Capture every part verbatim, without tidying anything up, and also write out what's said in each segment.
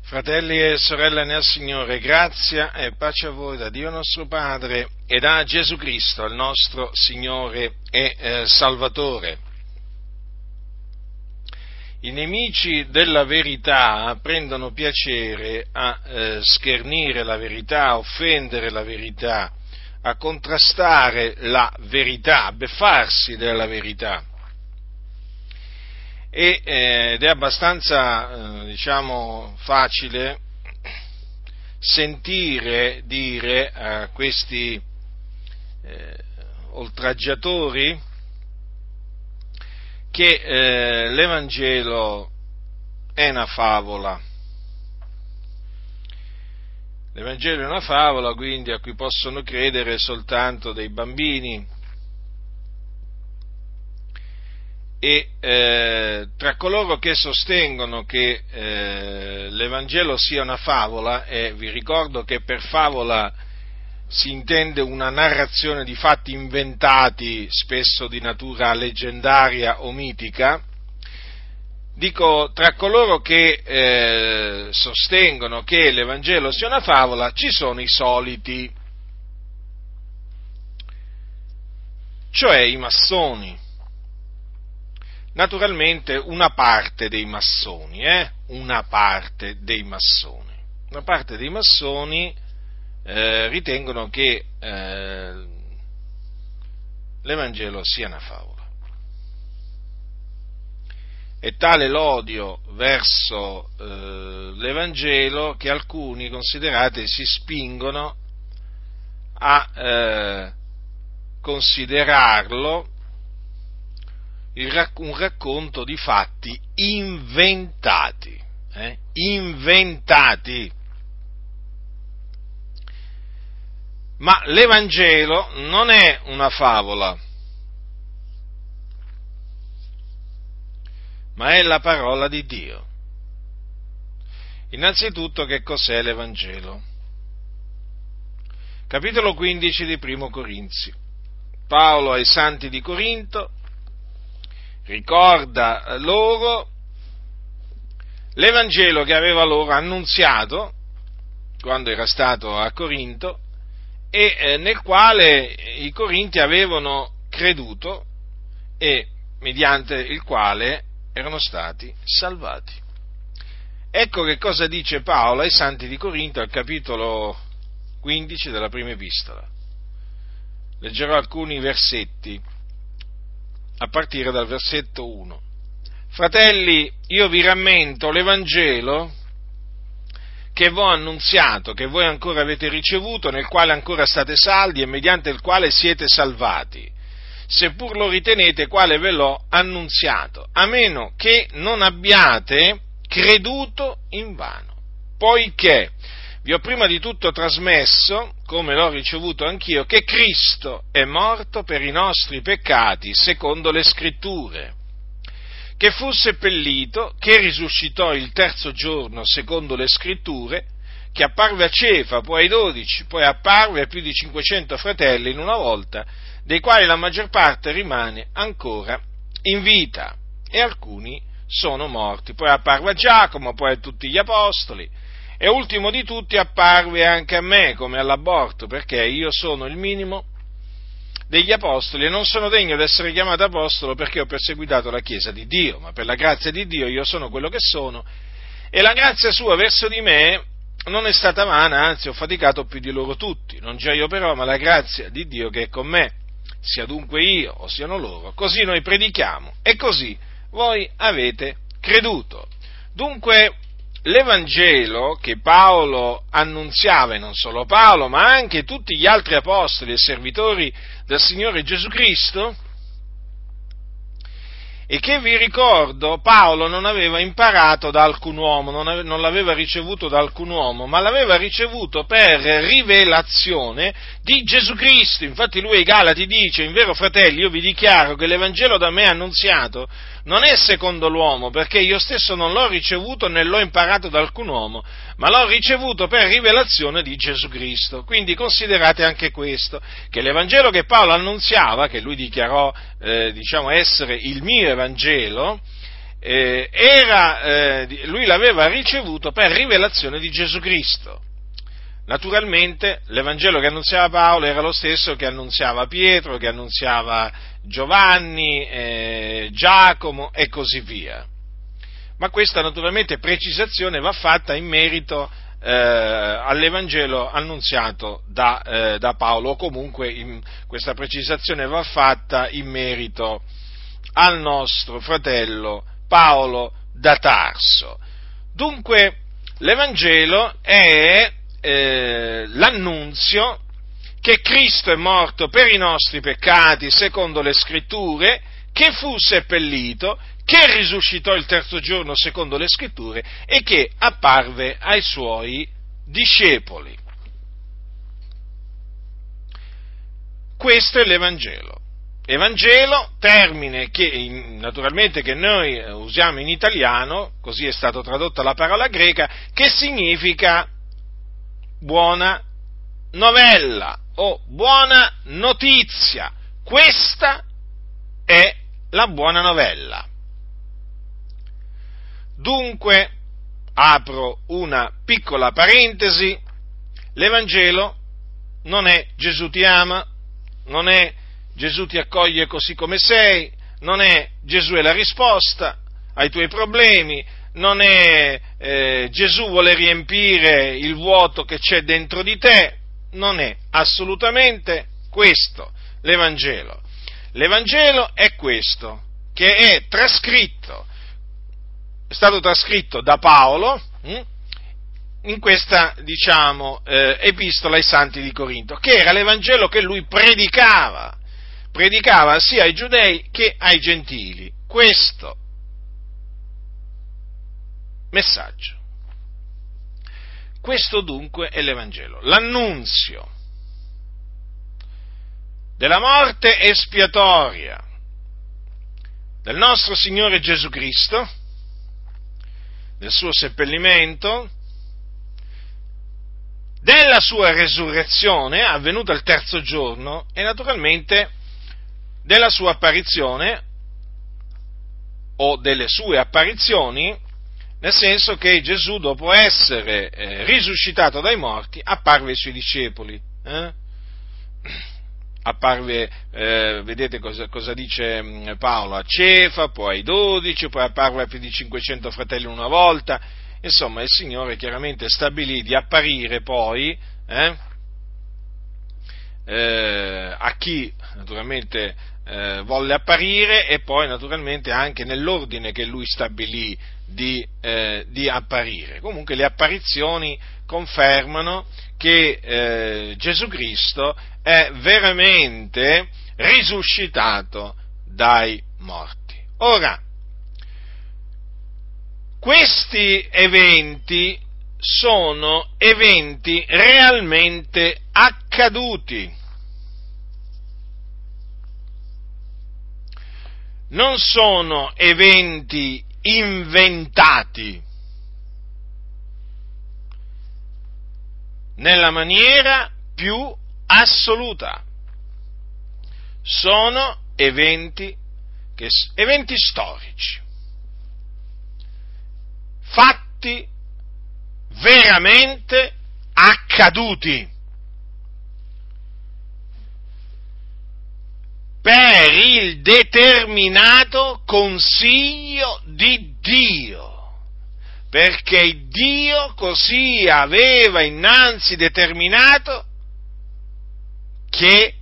Fratelli e sorelle nel Signore, grazia e pace a voi da Dio nostro Padre e da Gesù Cristo, il nostro Signore e eh, Salvatore. I nemici della verità prendono piacere a eh, schernire la verità, a offendere la verità, a contrastare la verità, a beffarsi della verità. E, eh, ed è abbastanza, eh, diciamo, facile sentire dire a questi eh, oltraggiatori che eh, l'Evangelo è una favola. L'Evangelo è una favola, quindi a cui possono credere soltanto dei bambini. E eh, tra coloro che sostengono che eh, l'Evangelo sia una favola, e vi ricordo che per favola si intende una narrazione di fatti inventati, spesso di natura leggendaria o mitica, dico, tra coloro che eh, sostengono che l'Evangelo sia una favola, ci sono i soliti, cioè i massoni. Naturalmente una parte dei massoni, eh? una parte dei massoni, una parte dei massoni eh, ritengono che eh, l'Evangelo sia una favola. È tale l'odio verso eh, l'Evangelo che alcuni, considerate, si spingono a eh, considerarlo un racconto di fatti inventati, eh? inventati. Ma l'Evangelo non è una favola, ma è la parola di Dio. Innanzitutto, che cos'è l'Evangelo? Capitolo quindici di Primo Corinzi. Paolo ai santi di Corinto ricorda loro l'Evangelo che aveva loro annunziato quando era stato a Corinto e eh, nel quale i corinti avevano creduto e mediante il quale erano stati salvati. Ecco che cosa dice Paolo ai santi di Corinto al capitolo quindici della prima epistola. Leggerò alcuni versetti a partire dal versetto uno. Fratelli, io vi rammento l'Evangelo che vi ho annunziato, che voi ancora avete ricevuto, nel quale ancora state saldi e mediante il quale siete salvati, seppur lo ritenete quale ve l'ho annunziato, a meno che non abbiate creduto invano, poiché vi ho prima di tutto trasmesso, come l'ho ricevuto anch'io, che Cristo è morto per i nostri peccati, secondo le Scritture, che fu seppellito, che risuscitò il terzo giorno, secondo le Scritture, che apparve a Cefa, poi ai dodici, poi apparve a più di cinquecento fratelli in una volta, dei quali la maggior parte rimane ancora in vita, e alcuni sono morti. Poi apparve a Giacomo, poi a tutti gli apostoli, e ultimo di tutti apparve anche a me, come all'aborto, perché io sono il minimo degli apostoli e non sono degno di essere chiamato apostolo perché ho perseguitato la Chiesa di Dio, ma per la grazia di Dio io sono quello che sono, e la grazia sua verso di me non è stata vana, anzi ho faticato più di loro tutti, non già io però, ma la grazia di Dio che è con me, sia dunque io o siano loro, così noi predichiamo e così voi avete creduto. Dunque, l'Evangelo che Paolo annunziava, e non solo Paolo, ma anche tutti gli altri apostoli e servitori del Signore Gesù Cristo, e che vi ricordo Paolo non aveva imparato da alcun uomo, non, ave, non l'aveva ricevuto da alcun uomo, ma l'aveva ricevuto per rivelazione di Gesù Cristo. Infatti lui ai Galati dice: in vero fratelli, io vi dichiaro che l'Evangelo da me annunziato non è secondo l'uomo, perché io stesso non l'ho ricevuto né l'ho imparato da alcun uomo, ma l'ho ricevuto per rivelazione di Gesù Cristo. Quindi considerate anche questo, che l'Evangelo che Paolo annunziava, che lui dichiarò eh, diciamo essere il mio Evangelo, eh, era, eh, lui l'aveva ricevuto per rivelazione di Gesù Cristo. Naturalmente l'Evangelo che annunziava Paolo era lo stesso che annunziava Pietro, che annunziava Giovanni, eh, Giacomo e così via. Ma questa naturalmente precisazione va fatta in merito eh, all'Evangelo annunziato da, eh, da Paolo, o comunque in, questa precisazione va fatta in merito al nostro fratello Paolo da Tarso. Dunque l'Evangelo è eh, l'annunzio che Cristo è morto per i nostri peccati secondo le Scritture, che fu seppellito, che risuscitò il terzo giorno secondo le Scritture e che apparve ai suoi discepoli. Questo è l'Evangelo. Evangelo, termine che naturalmente che noi usiamo in italiano, così è stata tradotta la parola greca, che significa buona novella o buona notizia. Questa è la buona novella. Dunque, apro una piccola parentesi, l'Evangelo non è Gesù ti ama, non è Gesù ti accoglie così come sei, non è Gesù è la risposta ai tuoi problemi, non è eh, Gesù vuole riempire il vuoto che c'è dentro di te, non è assolutamente questo l'Evangelo. L'Evangelo è questo, che è trascritto, è stato trascritto da Paolo hm, in questa, diciamo, eh, epistola ai Santi di Corinto, che era l'Evangelo che lui predicava, predicava sia ai giudei che ai gentili, questo messaggio. Questo dunque è l'Evangelo, l'annunzio della morte espiatoria del nostro Signore Gesù Cristo, del suo seppellimento, della sua resurrezione avvenuta il terzo giorno e naturalmente della sua apparizione o delle sue apparizioni, nel senso che Gesù, dopo essere eh, risuscitato dai morti, apparve ai suoi discepoli. Eh? Apparve, eh, vedete cosa, cosa dice mh, Paolo, a Cefa, poi ai dodici, poi apparve a più di cinquecento fratelli una volta. Insomma, il Signore chiaramente stabilì di apparire poi eh, eh, a chi naturalmente eh, volle apparire e poi naturalmente anche nell'ordine che lui stabilì di, eh, di apparire. Comunque le apparizioni confermano che eh, Gesù Cristo è veramente risuscitato dai morti. Ora, questi eventi sono eventi realmente accaduti. Non sono eventi inventati nella maniera più assoluta. Sono eventi, che, eventi storici, fatti veramente accaduti per il determinato consiglio di Dio, perché Dio così aveva innanzi determinato che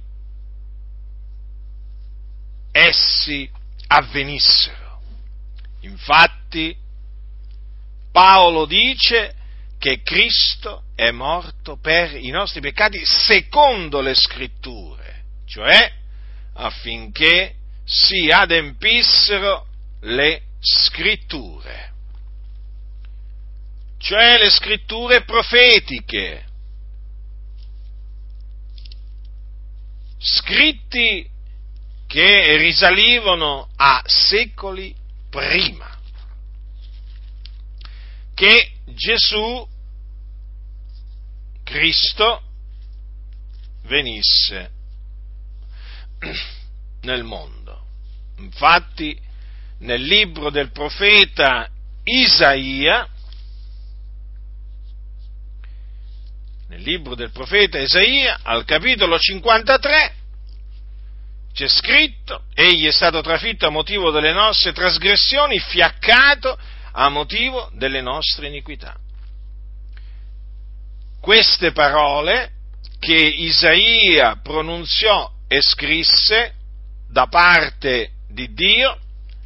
essi avvenissero. Infatti Paolo dice che Cristo è morto per i nostri peccati secondo le Scritture, cioè affinché si adempissero le Scritture, cioè le Scritture profetiche, scritti che risalivano a secoli prima che Gesù Cristo venisse nel mondo. Infatti nel libro del profeta Isaia, nel libro del profeta Isaia, al capitolo cinquantatré, c'è scritto: egli è stato trafitto a motivo delle nostre trasgressioni, fiaccato a motivo delle nostre iniquità. Queste parole che Isaia pronunziò e scrisse da parte di Dio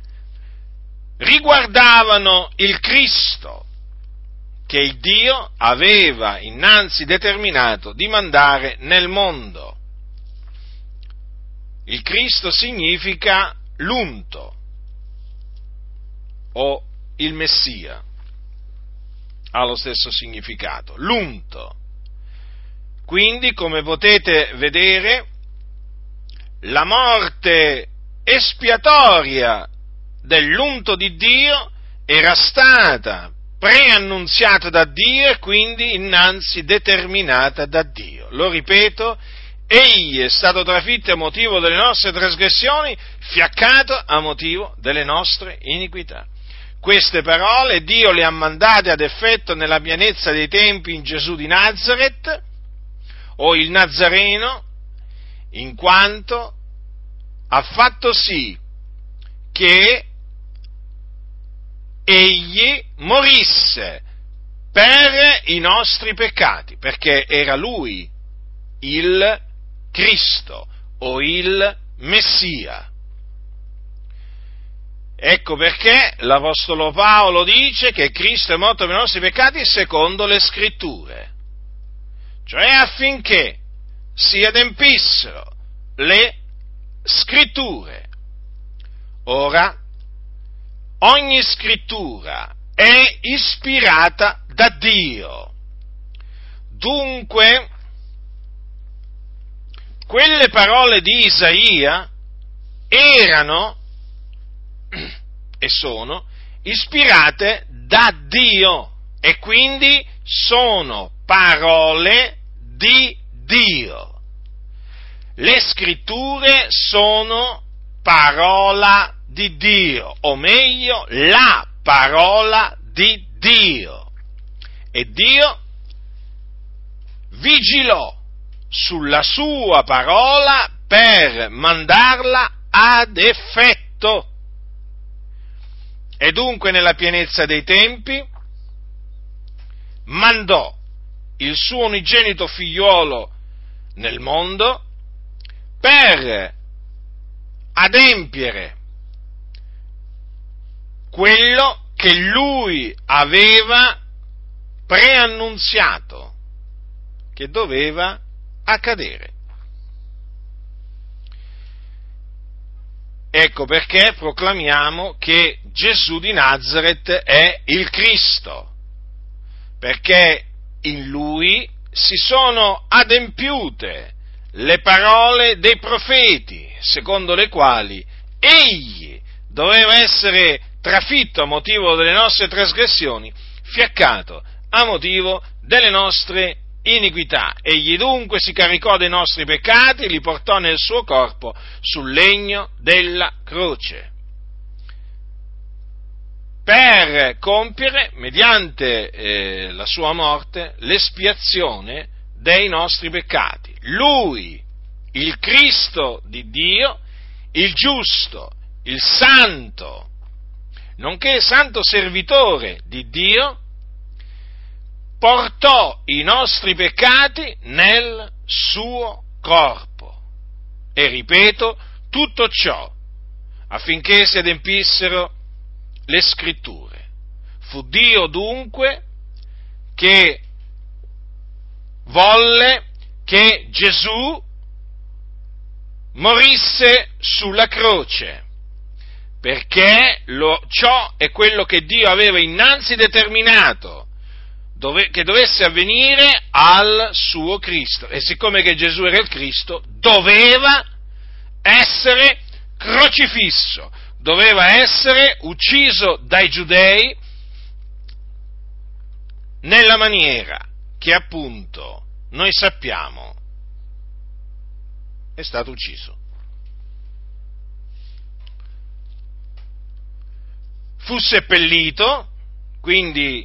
riguardavano il Cristo che il Dio aveva innanzi determinato di mandare nel mondo. Il Cristo significa l'unto o il Messia, ha lo stesso significato, l'unto. Quindi, come potete vedere, la morte espiatoria dell'unto di Dio era stata preannunziata da Dio e quindi innanzi determinata da Dio. Lo ripeto, egli è stato trafitto a motivo delle nostre trasgressioni, fiaccato a motivo delle nostre iniquità. Queste parole Dio le ha mandate ad effetto nella pienezza dei tempi in Gesù di Nazaret, o il Nazareno, in quanto ha fatto sì che egli morisse per i nostri peccati, perché era lui il Cristo o il Messia. Ecco perché l'Apostolo Paolo dice che Cristo è morto per i nostri peccati secondo le Scritture, cioè affinché si adempissero le Scritture. Ora, ogni Scrittura è ispirata da Dio, dunque quelle parole di Isaia erano e sono ispirate da Dio e quindi sono parole di Dio. Le Scritture sono parola di Dio, o meglio, la parola di Dio. E Dio vigilò sulla sua parola per mandarla ad effetto. E dunque nella pienezza dei tempi mandò il suo unigenito figliuolo nel mondo per adempiere quello che lui aveva preannunziato che doveva accadere. Ecco perché proclamiamo che Gesù di Nazaret è il Cristo, perché in lui si sono adempiute le parole dei profeti, secondo le quali egli doveva essere trafitto a motivo delle nostre trasgressioni, fiaccato a motivo delle nostre iniquità. Egli dunque si caricò dei nostri peccati e li portò nel suo corpo sul legno della croce, per compiere, mediante eh, la sua morte, l'espiazione dei nostri peccati. Lui, il Cristo di Dio, il giusto, il santo, nonché santo servitore di Dio, portò i nostri peccati nel suo corpo. E ripeto, tutto ciò affinché si adempissero le Scritture. Fu Dio dunque che volle che Gesù morisse sulla croce, perché lo, ciò è quello che Dio aveva innanzi determinato dove, che dovesse avvenire al suo Cristo, e siccome che Gesù era il Cristo, doveva essere crocifisso, doveva essere ucciso dai giudei nella maniera che appunto noi sappiamo è stato ucciso. fu seppellito, quindi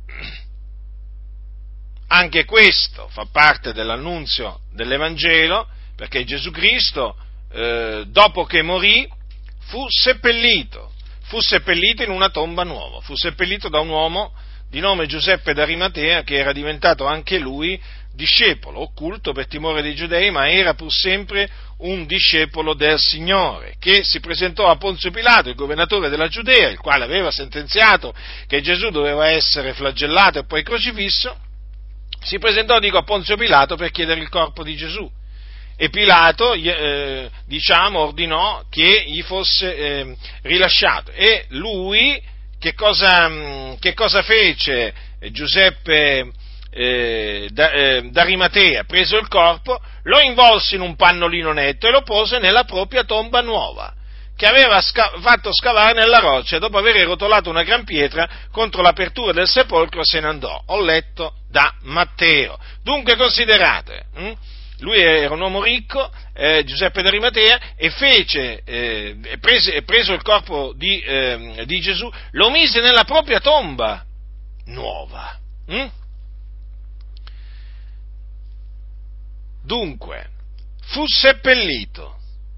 anche questo fa parte dell'annunzio dell'Evangelo, perché Gesù Cristo, eh, dopo che morì, fu seppellito, fu seppellito in una tomba nuova, fu seppellito da un uomo di nome Giuseppe d'Arimatea, che era diventato anche lui discepolo, occulto per timore dei giudei, ma era pur sempre un discepolo del Signore, che si presentò a Ponzio Pilato, il governatore della Giudea, il quale aveva sentenziato che Gesù doveva essere flagellato e poi crocifisso. Si presentò, dico, a Ponzio Pilato per chiedere il corpo di Gesù, e Pilato, eh, diciamo, ordinò che gli fosse eh, rilasciato, e lui, che cosa, che cosa fece Giuseppe eh, da, eh, d'Arimatea? Preso il corpo, lo involse in un pannolino netto e lo pose nella propria tomba nuova, che aveva sca- fatto scavare nella roccia, e dopo aver rotolato una gran pietra contro l'apertura del sepolcro se ne andò. Ho letto da Matteo. Dunque considerate, hm? lui era un uomo ricco, eh, Giuseppe d'Arimatea, e fece, eh, prese, preso il corpo di, eh, di Gesù, lo mise nella propria tomba nuova. Hm? Dunque, fu seppellito,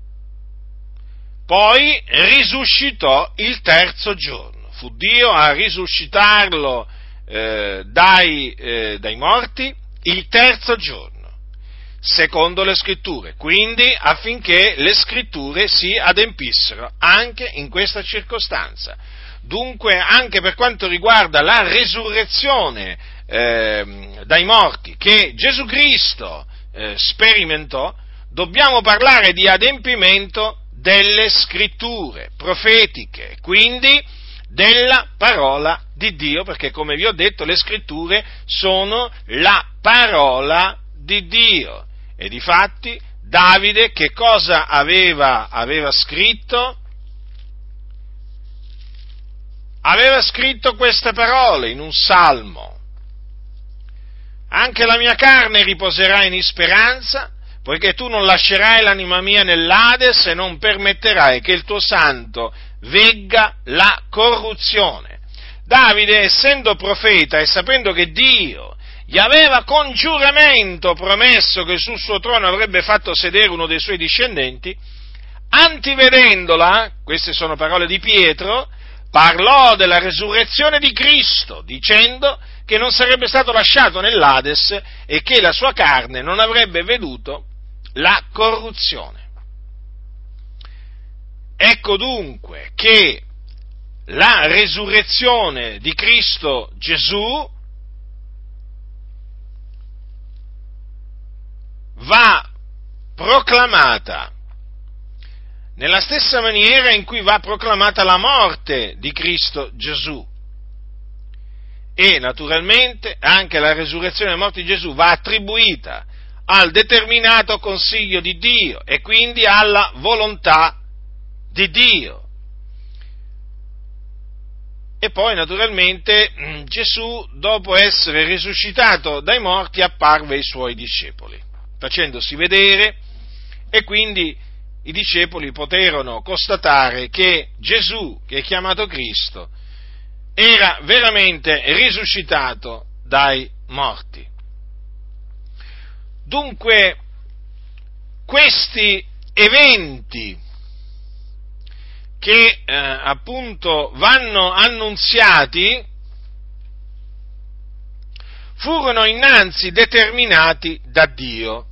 poi risuscitò il terzo giorno. Fu Dio a risuscitarlo eh, dai, eh, dai morti il terzo giorno, secondo le Scritture, quindi affinché le Scritture si adempissero anche in questa circostanza. Dunque, anche per quanto riguarda la resurrezione eh, dai morti che Gesù Cristo eh, sperimentò, dobbiamo parlare di adempimento delle Scritture profetiche, quindi della parola di Dio, perché, come vi ho detto, le Scritture sono la parola di Dio. E difatti Davide che cosa aveva, aveva scritto? Aveva scritto queste parole in un salmo: anche la mia carne riposerà in speranza, poiché tu non lascerai l'anima mia nell'Ades e non permetterai che il tuo santo vegga la corruzione. Davide, essendo profeta e sapendo che Dio gli aveva con giuramento promesso che sul suo trono avrebbe fatto sedere uno dei suoi discendenti, antivedendola, queste sono parole di Pietro, parlò della resurrezione di Cristo, dicendo che non sarebbe stato lasciato nell'Ades e che la sua carne non avrebbe veduto la corruzione. Ecco dunque che la resurrezione di Cristo Gesù va proclamata nella stessa maniera in cui va proclamata la morte di Cristo Gesù. E naturalmente anche la resurrezione e la morte di Gesù va attribuita al determinato consiglio di Dio e quindi alla volontà di Dio. E poi naturalmente Gesù, dopo essere risuscitato dai morti, apparve ai suoi discepoli, facendosi vedere, e quindi i discepoli poterono constatare che Gesù, che è chiamato Cristo, era veramente risuscitato dai morti. Dunque, questi eventi che eh, appunto vanno annunziati furono innanzi determinati da Dio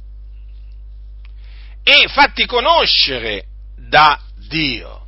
e fatti conoscere da Dio.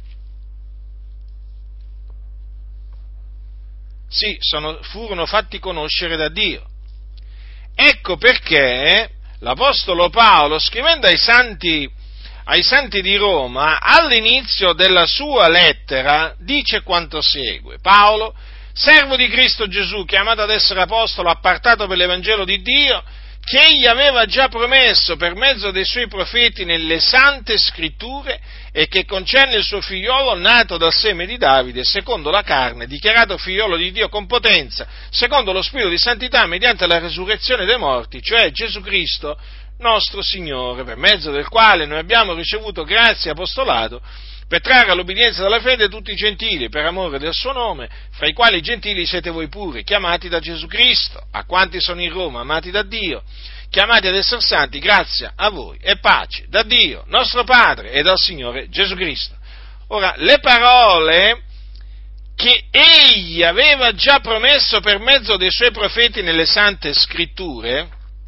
Sì, sono, furono fatti conoscere da Dio. Ecco perché l'Apostolo Paolo, scrivendo ai santi, ai santi di Roma, all'inizio della sua lettera, dice quanto segue: Paolo, servo di Cristo Gesù, chiamato ad essere apostolo, appartato per l'Evangelo di Dio, che egli aveva già promesso per mezzo dei suoi profeti nelle sante scritture, e che concerne il suo figliolo nato dal seme di Davide, secondo la carne, dichiarato figliolo di Dio con potenza, secondo lo spirito di santità, mediante la resurrezione dei morti, cioè Gesù Cristo, nostro Signore, per mezzo del quale noi abbiamo ricevuto grazia e apostolato, per trarre all'obbedienza dalla fede tutti i gentili, per amore del suo nome, fra i quali gentili siete voi pure, chiamati da Gesù Cristo, a quanti sono in Roma, amati da Dio, chiamati ad essere santi, grazia a voi e pace da Dio, nostro Padre, e dal Signore Gesù Cristo. Ora, le parole che Egli aveva già promesso per mezzo dei Suoi profeti nelle Sante Scritture,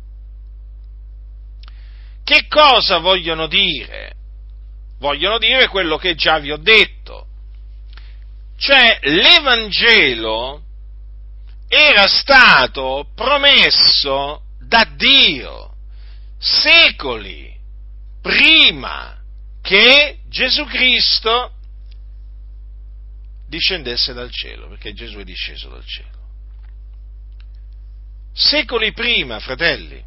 che cosa vogliono dire? Vogliono dire quello che già vi ho detto, cioè l'Evangelo era stato promesso da Dio secoli prima che Gesù Cristo discendesse dal cielo, perché Gesù è disceso dal cielo. Secoli prima, fratelli.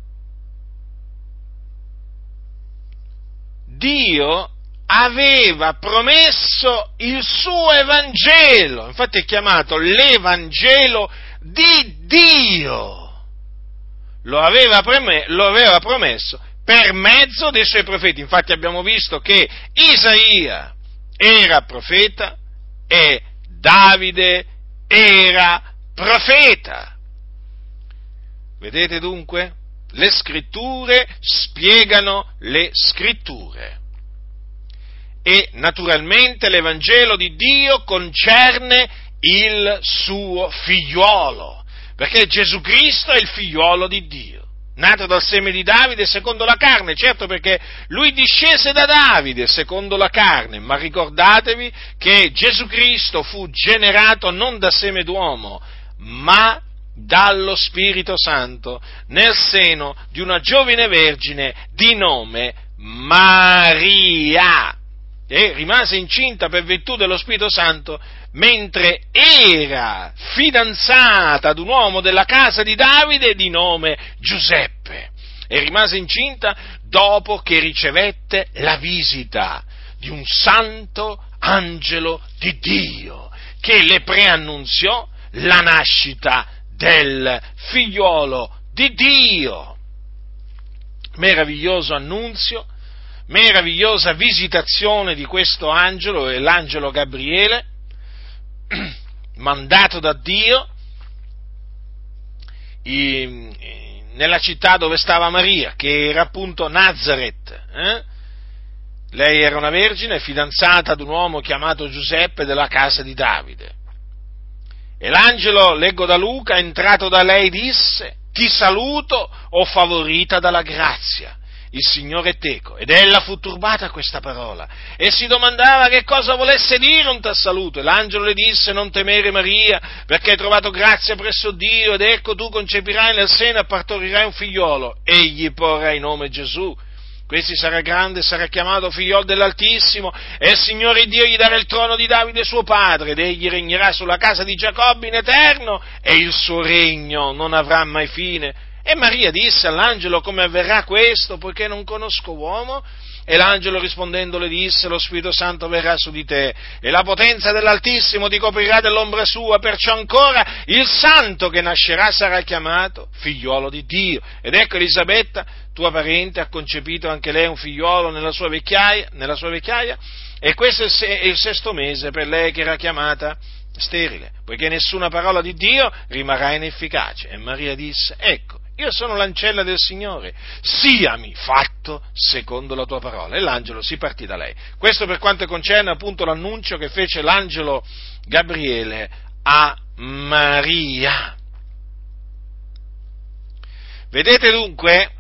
Dio aveva promesso il suo Evangelo, infatti è chiamato l'Evangelo di Dio. Lo aveva, preme- lo aveva promesso per mezzo dei suoi profeti. Infatti abbiamo visto che Isaia era profeta e Davide era profeta. Vedete dunque? Le scritture spiegano le scritture. E naturalmente l'Evangelo di Dio concerne il suo figliuolo, perché Gesù Cristo è il figliuolo di Dio, nato dal seme di Davide secondo la carne, certo, perché lui discese da Davide secondo la carne, ma ricordatevi che Gesù Cristo fu generato non da seme d'uomo, ma dallo Spirito Santo, nel seno di una giovine vergine di nome Maria, e rimase incinta per virtù dello Spirito Santo mentre era fidanzata ad un uomo della casa di Davide di nome Giuseppe, e rimase incinta dopo che ricevette la visita di un santo angelo di Dio che le preannunziò la nascita del figliuolo di Dio. Meraviglioso annunzio, meravigliosa visitazione di questo angelo, è l'angelo Gabriele, mandato da Dio in, nella città dove stava Maria, che era appunto Nazaret. Eh? Lei era una vergine fidanzata ad un uomo chiamato Giuseppe della casa di Davide. E l'angelo, leggo da Luca, entrato da lei disse: ti saluto, o favorita dalla grazia, il Signore è teco. Ed ella fu turbata a questa parola e si domandava che cosa volesse dire un tal saluto. E l'angelo le disse: non temere Maria, perché hai trovato grazia presso Dio, ed ecco tu concepirai nel seno e partorirai un figliolo, e gli porrai nome Gesù. Questi sarà grande, sarà chiamato figliolo dell'Altissimo, e il Signore Dio gli darà il trono di Davide suo padre, ed egli regnerà sulla casa di Giacobbe in eterno, e il suo regno non avrà mai fine. E Maria disse all'angelo: come avverrà questo, poiché non conosco uomo? E l'angelo rispondendo le disse: lo Spirito Santo verrà su di te, e la potenza dell'Altissimo ti coprirà dell'ombra sua, perciò ancora il santo che nascerà sarà chiamato figliuolo di Dio. Ed ecco Elisabetta, tua parente, ha concepito anche lei un figliuolo nella sua vecchiaia, nella sua vecchiaia, e questo è il sesto mese per lei che era chiamata sterile, poiché nessuna parola di Dio rimarrà inefficace. E Maria disse: ecco, io sono l'ancella del Signore, siami fatto secondo la tua parola. E l'angelo si partì da lei. Questo per quanto concerne appunto l'annuncio che fece l'angelo Gabriele a Maria. Vedete dunque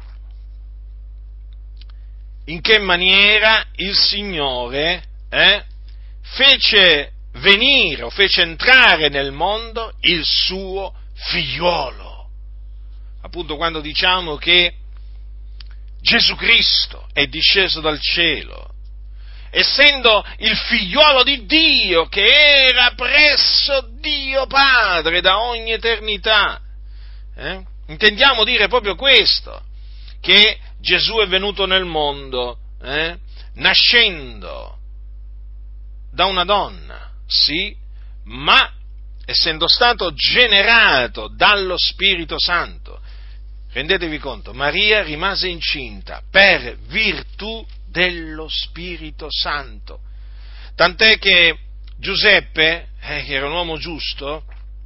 in che maniera il Signore eh, fece venire o fece entrare nel mondo il suo figliuolo. Appunto, quando diciamo che Gesù Cristo è disceso dal cielo, essendo il figliuolo di Dio che era presso Dio Padre da ogni eternità, eh? intendiamo dire proprio questo, che Gesù è venuto nel mondo eh? nascendo da una donna, sì, ma essendo stato generato dallo Spirito Santo, rendetevi conto, Maria rimase incinta per virtù dello Spirito Santo. Tant'è che Giuseppe, eh, che era un uomo giusto,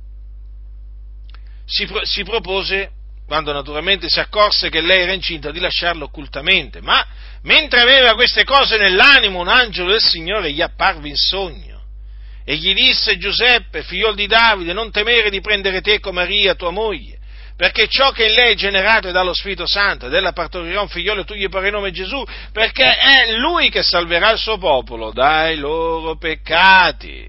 si, pro- si propose, quando naturalmente si accorse che lei era incinta, di lasciarlo occultamente, ma mentre aveva queste cose nell'animo, un angelo del Signore gli apparve in sogno e gli disse: Giuseppe, figliol di Davide, non temere di prendere teco Maria, tua moglie, perché ciò che in lei è generato è dallo Spirito Santo, ed ella partorirà un figliolo e tu gli porrai nome Gesù, perché è lui che salverà il suo popolo dai loro peccati.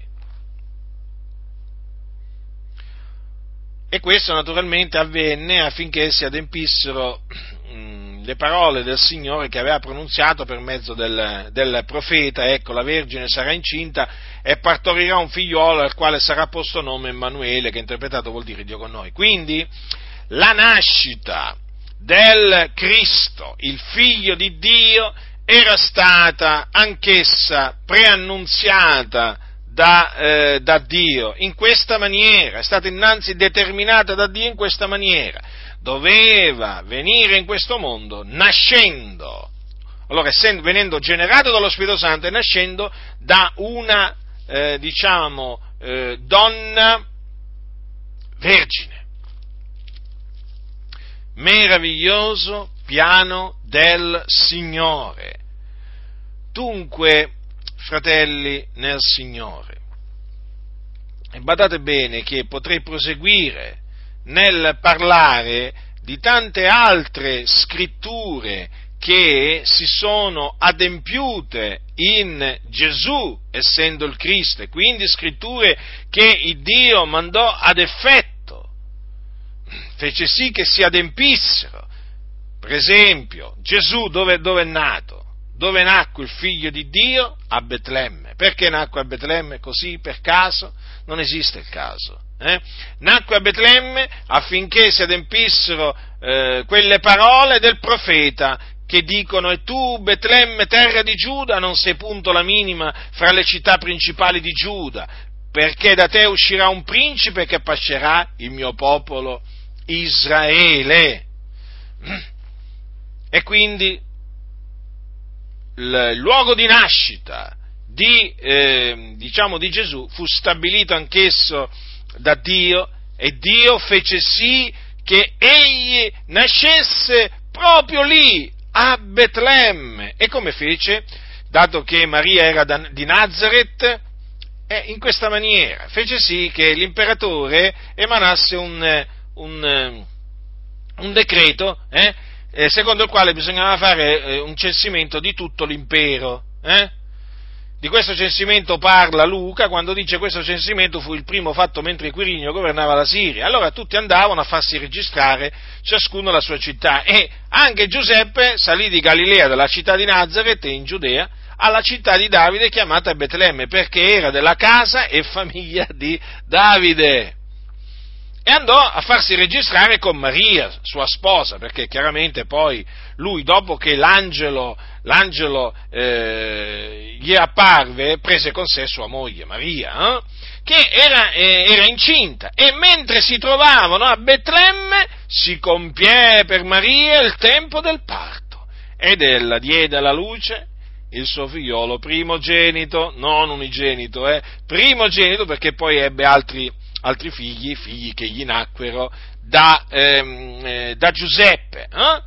E questo naturalmente avvenne affinché si adempissero mh, le parole del Signore che aveva pronunziato per mezzo del, del profeta: ecco, la Vergine sarà incinta e partorirà un figliolo al quale sarà posto nome Emanuele, che interpretato vuol dire Dio con noi. Quindi la nascita del Cristo, il Figlio di Dio, era stata anch'essa preannunziata Da, eh, da Dio in questa maniera, è stata innanzi determinata da Dio in questa maniera: doveva venire in questo mondo nascendo, allora essendo, venendo generato dallo Spirito Santo e nascendo da una, eh, diciamo, eh, donna vergine. Meraviglioso piano del Signore. Dunque, fratelli nel Signore, e badate bene che potrei proseguire nel parlare di tante altre scritture che si sono adempiute in Gesù, essendo il Cristo, e quindi scritture che il Dio mandò ad effetto, fece sì che si adempissero. Per esempio, Gesù dove, dove è nato? Dove nacque il Figlio di Dio? A Betlemme. Perché nacque a Betlemme? Così, per caso? Non esiste il caso. Eh? Nacque a Betlemme affinché si adempissero eh, quelle parole del profeta che dicono: e tu, Betlemme, terra di Giuda, non sei punto la minima fra le città principali di Giuda, perché da te uscirà un principe che pascerà il mio popolo Israele. E quindi il luogo di nascita di, eh, diciamo di Gesù fu stabilito anch'esso da Dio, e Dio fece sì che egli nascesse proprio lì, a Betlemme. E come fece? Dato che Maria era da, di Nazaret, eh, in questa maniera fece sì che l'imperatore emanasse un, un, un decreto, eh, Eh, secondo il quale bisognava fare eh, un censimento di tutto l'impero. Eh? Di questo censimento parla Luca quando dice: questo censimento fu il primo fatto mentre Quirinio governava la Siria. Allora tutti andavano a farsi registrare, ciascuno la sua città, e anche Giuseppe salì di Galilea, dalla città di Nazaret in Giudea, alla città di Davide chiamata Betlemme, perché era della casa e famiglia di Davide. E andò a farsi registrare con Maria, sua sposa, perché chiaramente poi lui, dopo che l'angelo, l'angelo eh, gli apparve, prese con sé sua moglie Maria, eh, che era, eh, era incinta, e mentre si trovavano a Betlemme si compie per Maria il tempo del parto, ed ella diede alla luce il suo figliolo primogenito, non unigenito, eh, primogenito, perché poi ebbe altri altri figli, figli che gli nacquero da, ehm, eh, da Giuseppe. Eh?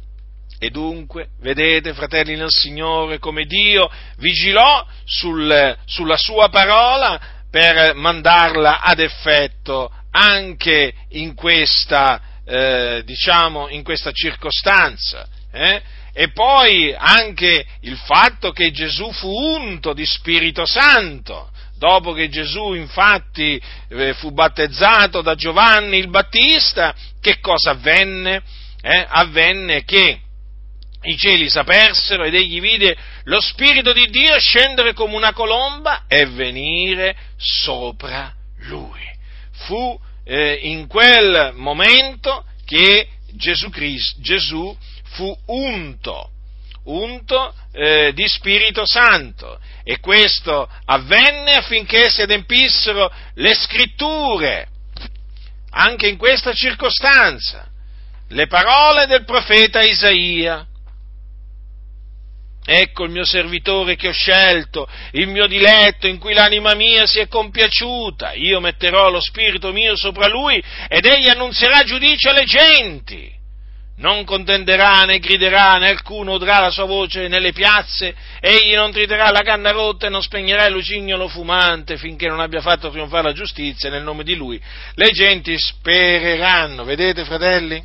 E dunque, vedete, fratelli nel Signore, come Dio vigilò sul, sulla sua parola per mandarla ad effetto anche in questa, eh, diciamo, in questa circostanza. Eh? E poi anche il fatto che Gesù fu unto di Spirito Santo. Dopo che Gesù infatti eh, fu battezzato da Giovanni il Battista, che cosa avvenne? Eh? Avvenne che i cieli s'apersero ed egli vide lo Spirito di Dio scendere come una colomba e venire sopra lui. Fu eh, in quel momento che Gesù, Cristo, Gesù fu unto. unto eh, di Spirito Santo, e questo avvenne affinché si adempissero le scritture anche in questa circostanza. le parole del profeta Isaia. Ecco il mio servitore che ho scelto, il mio diletto in cui l'anima mia si è compiaciuta. Io metterò lo spirito mio sopra lui ed egli annunzierà giudizio alle genti. Non contenderà né griderà né alcuno udrà la sua voce nelle piazze. Egli non triterà la canna rotta e non spegnerà il lucignolo fumante finché non abbia fatto trionfare la giustizia. Nel nome di lui le genti spereranno. Vedete, fratelli?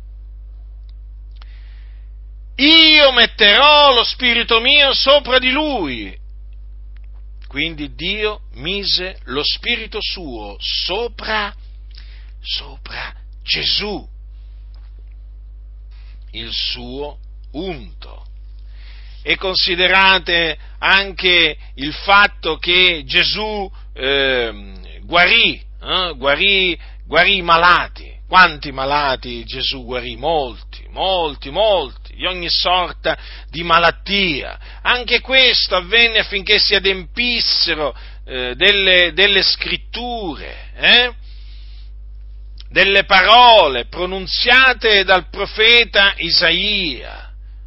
Io metterò lo spirito mio sopra di lui. Quindi Dio mise lo spirito suo sopra, sopra Gesù, il suo unto. E considerate anche il fatto che Gesù eh, guarì, eh, guarì, guarì i malati. Quanti malati Gesù guarì? Molti, molti, molti, di ogni sorta di malattia. Anche questo avvenne affinché si adempissero eh, delle, delle scritture, eh? delle parole pronunziate dal profeta Isaia.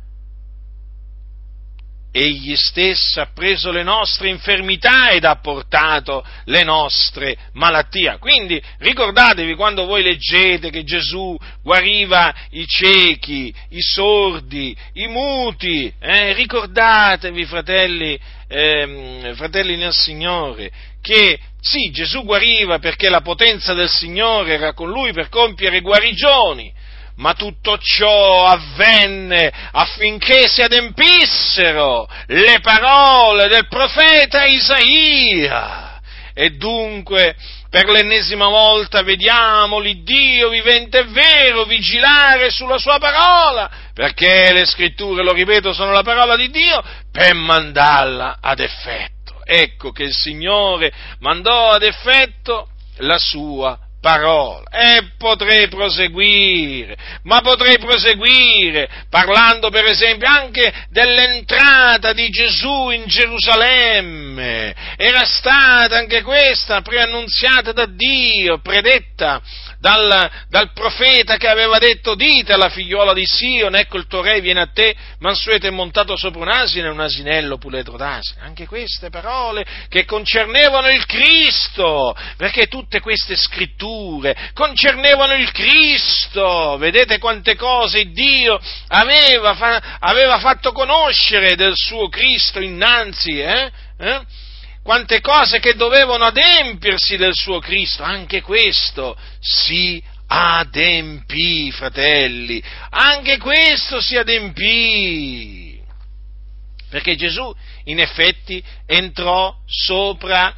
Egli stesso ha preso le nostre infermità ed ha portato le nostre malattie. Quindi ricordatevi quando voi leggete che Gesù guariva i ciechi, i sordi, i muti, eh, ricordatevi fratelli, eh, fratelli nel Signore, che sì, Gesù guariva perché la potenza del Signore era con lui per compiere guarigioni, ma tutto ciò avvenne affinché si adempissero le parole del profeta Isaia. E dunque, per l'ennesima volta vediamo l'Iddio vivente e vero vigilare sulla sua parola, perché le scritture, lo ripeto, sono la parola di Dio, per mandarla ad effetto. Ecco che il Signore mandò ad effetto la sua parola. Parola. E potrei proseguire, ma potrei proseguire parlando per esempio anche dell'entrata di Gesù in Gerusalemme. Era stata anche questa preannunziata da Dio, predetta dal, dal profeta che aveva detto: dite alla figliuola di Sion, ecco il tuo re viene a te, mansueto e montato sopra un asino e un asinello puledro d'asino. Anche queste parole che concernevano il Cristo, perché tutte queste scritture concernevano il Cristo. Vedete quante cose Dio aveva, fa, aveva fatto conoscere del suo Cristo innanzi, eh? Eh? Quante cose che dovevano adempiersi del suo Cristo. Anche questo si adempì, fratelli, anche questo si adempì, perché Gesù in effetti entrò sopra,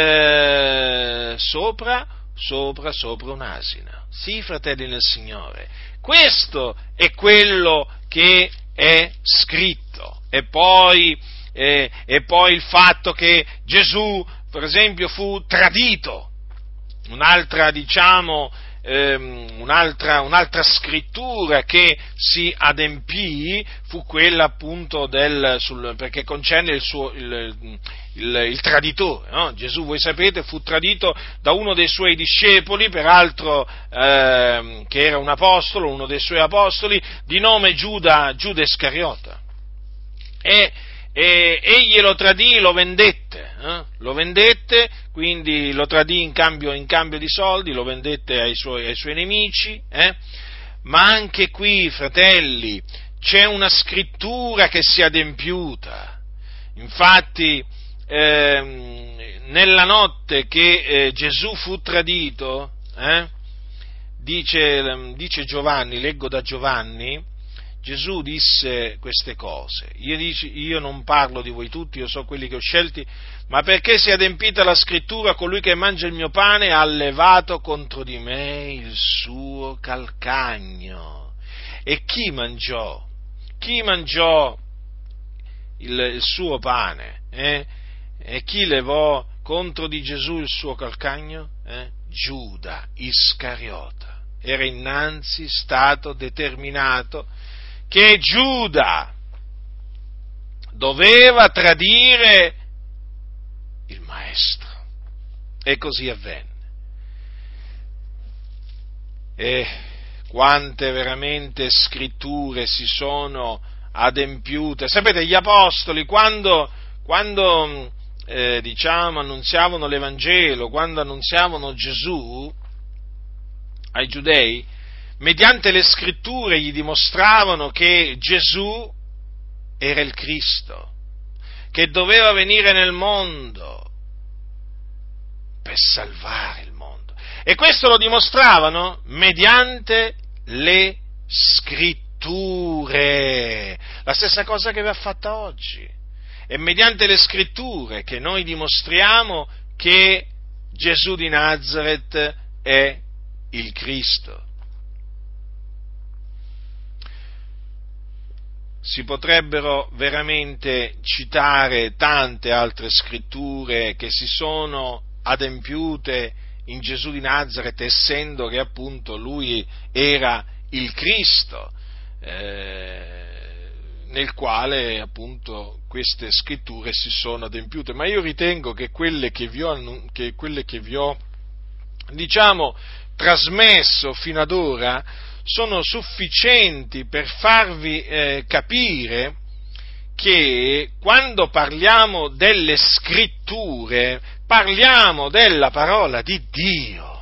eh, sopra, sopra, sopra un'asina. Sì, fratelli nel Signore, questo è quello che è scritto. E poi, eh, e poi il fatto che Gesù, per esempio, fu tradito, un'altra, diciamo, ehm, un'altra, un'altra scrittura che si adempì fu quella appunto del, sul, perché concerne il suo, il, il, il traditore, no? Gesù, voi sapete, fu tradito da uno dei suoi discepoli, peraltro ehm, che era un apostolo, uno dei suoi apostoli, di nome Giuda, Giuda Iscariota. E E egli lo tradì, lo vendette, eh? lo vendette, quindi lo tradì in cambio, in cambio di soldi, lo vendette ai suoi, ai suoi nemici, eh? Ma anche qui, fratelli, c'è una scrittura che si è adempiuta. Infatti, ehm, nella notte che eh, Gesù fu tradito, eh? dice, dice Giovanni, leggo da Giovanni, Gesù disse queste cose: io, dice, io non parlo di voi tutti, io so quelli che ho scelti, ma perché si è adempita la scrittura, colui che mangia il mio pane ha levato contro di me il suo calcagno. E chi mangiò? Chi mangiò il, il suo pane? Eh? E chi levò contro di Gesù il suo calcagno? Eh? Giuda Iscariota. Era innanzi stato determinato che Giuda doveva tradire il Maestro, e così avvenne. E quante veramente scritture si sono adempiute. Sapete, gli apostoli, quando, quando eh, diciamo, annunziavano l'Evangelo, quando annunziavano Gesù ai giudei, mediante le scritture gli dimostravano che Gesù era il Cristo, che doveva venire nel mondo per salvare il mondo. E questo lo dimostravano mediante le scritture. La stessa cosa che va fatta oggi. È mediante le scritture che noi dimostriamo che Gesù di Nazaret è il Cristo. Si potrebbero veramente citare tante altre scritture che si sono adempiute in Gesù di Nazaret, essendo che appunto lui era il Cristo, eh, nel quale appunto queste scritture si sono adempiute. Ma io ritengo che quelle che vi ho, che quelle che vi ho diciamo trasmesso fino ad ora sono sufficienti per farvi eh, capire che quando parliamo delle scritture parliamo della parola di Dio.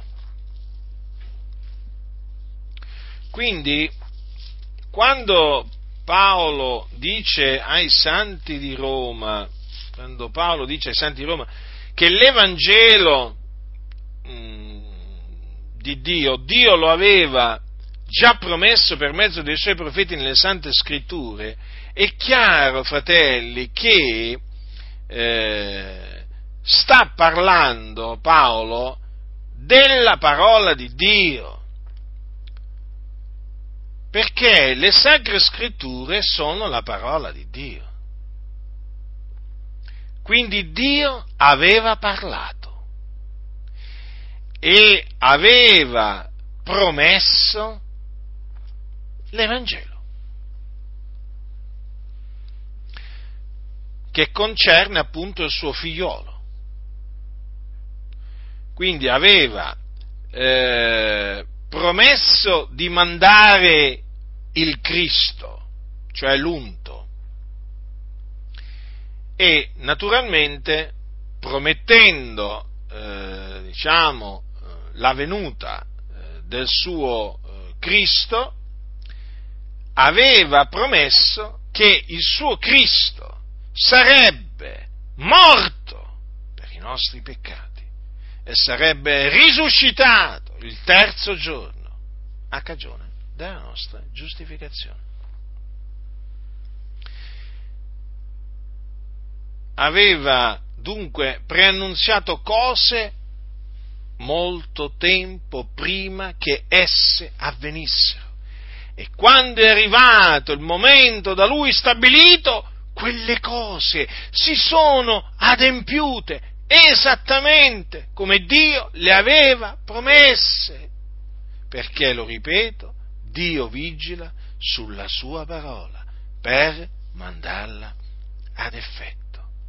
Quindi quando Paolo dice ai santi di Roma, quando Paolo dice ai santi di Roma che l'Evangelo mh, di Dio, Dio lo aveva già promesso per mezzo dei suoi profeti nelle Sante Scritture, è chiaro, fratelli, che eh, sta parlando Paolo della parola di Dio, perché le Sacre Scritture sono la parola di Dio. Quindi Dio aveva parlato e aveva promesso l'Evangelo, che concerne appunto il suo figliolo. Quindi aveva eh, promesso di mandare il Cristo, cioè l'unto, e naturalmente promettendo eh, diciamo la venuta eh, del suo eh, Cristo, aveva promesso che il suo Cristo sarebbe morto per i nostri peccati e sarebbe risuscitato il terzo giorno a cagione della nostra giustificazione. Aveva dunque preannunziato cose molto tempo prima che esse avvenissero. E quando è arrivato il momento da lui stabilito, quelle cose si sono adempiute esattamente come Dio le aveva promesse. Perché, lo ripeto, Dio vigila sulla sua parola per mandarla ad effetto.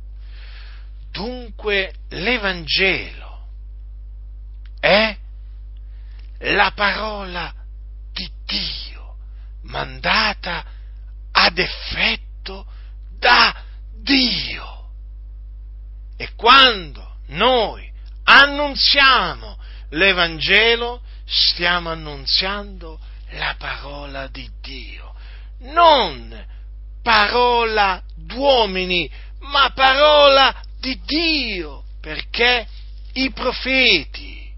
Dunque l'Evangelo è la parola di Dio mandata ad effetto da Dio. E quando noi annunziamo l'Evangelo, stiamo annunziando la parola di Dio, non parola d'uomini, ma parola di Dio, perché i profeti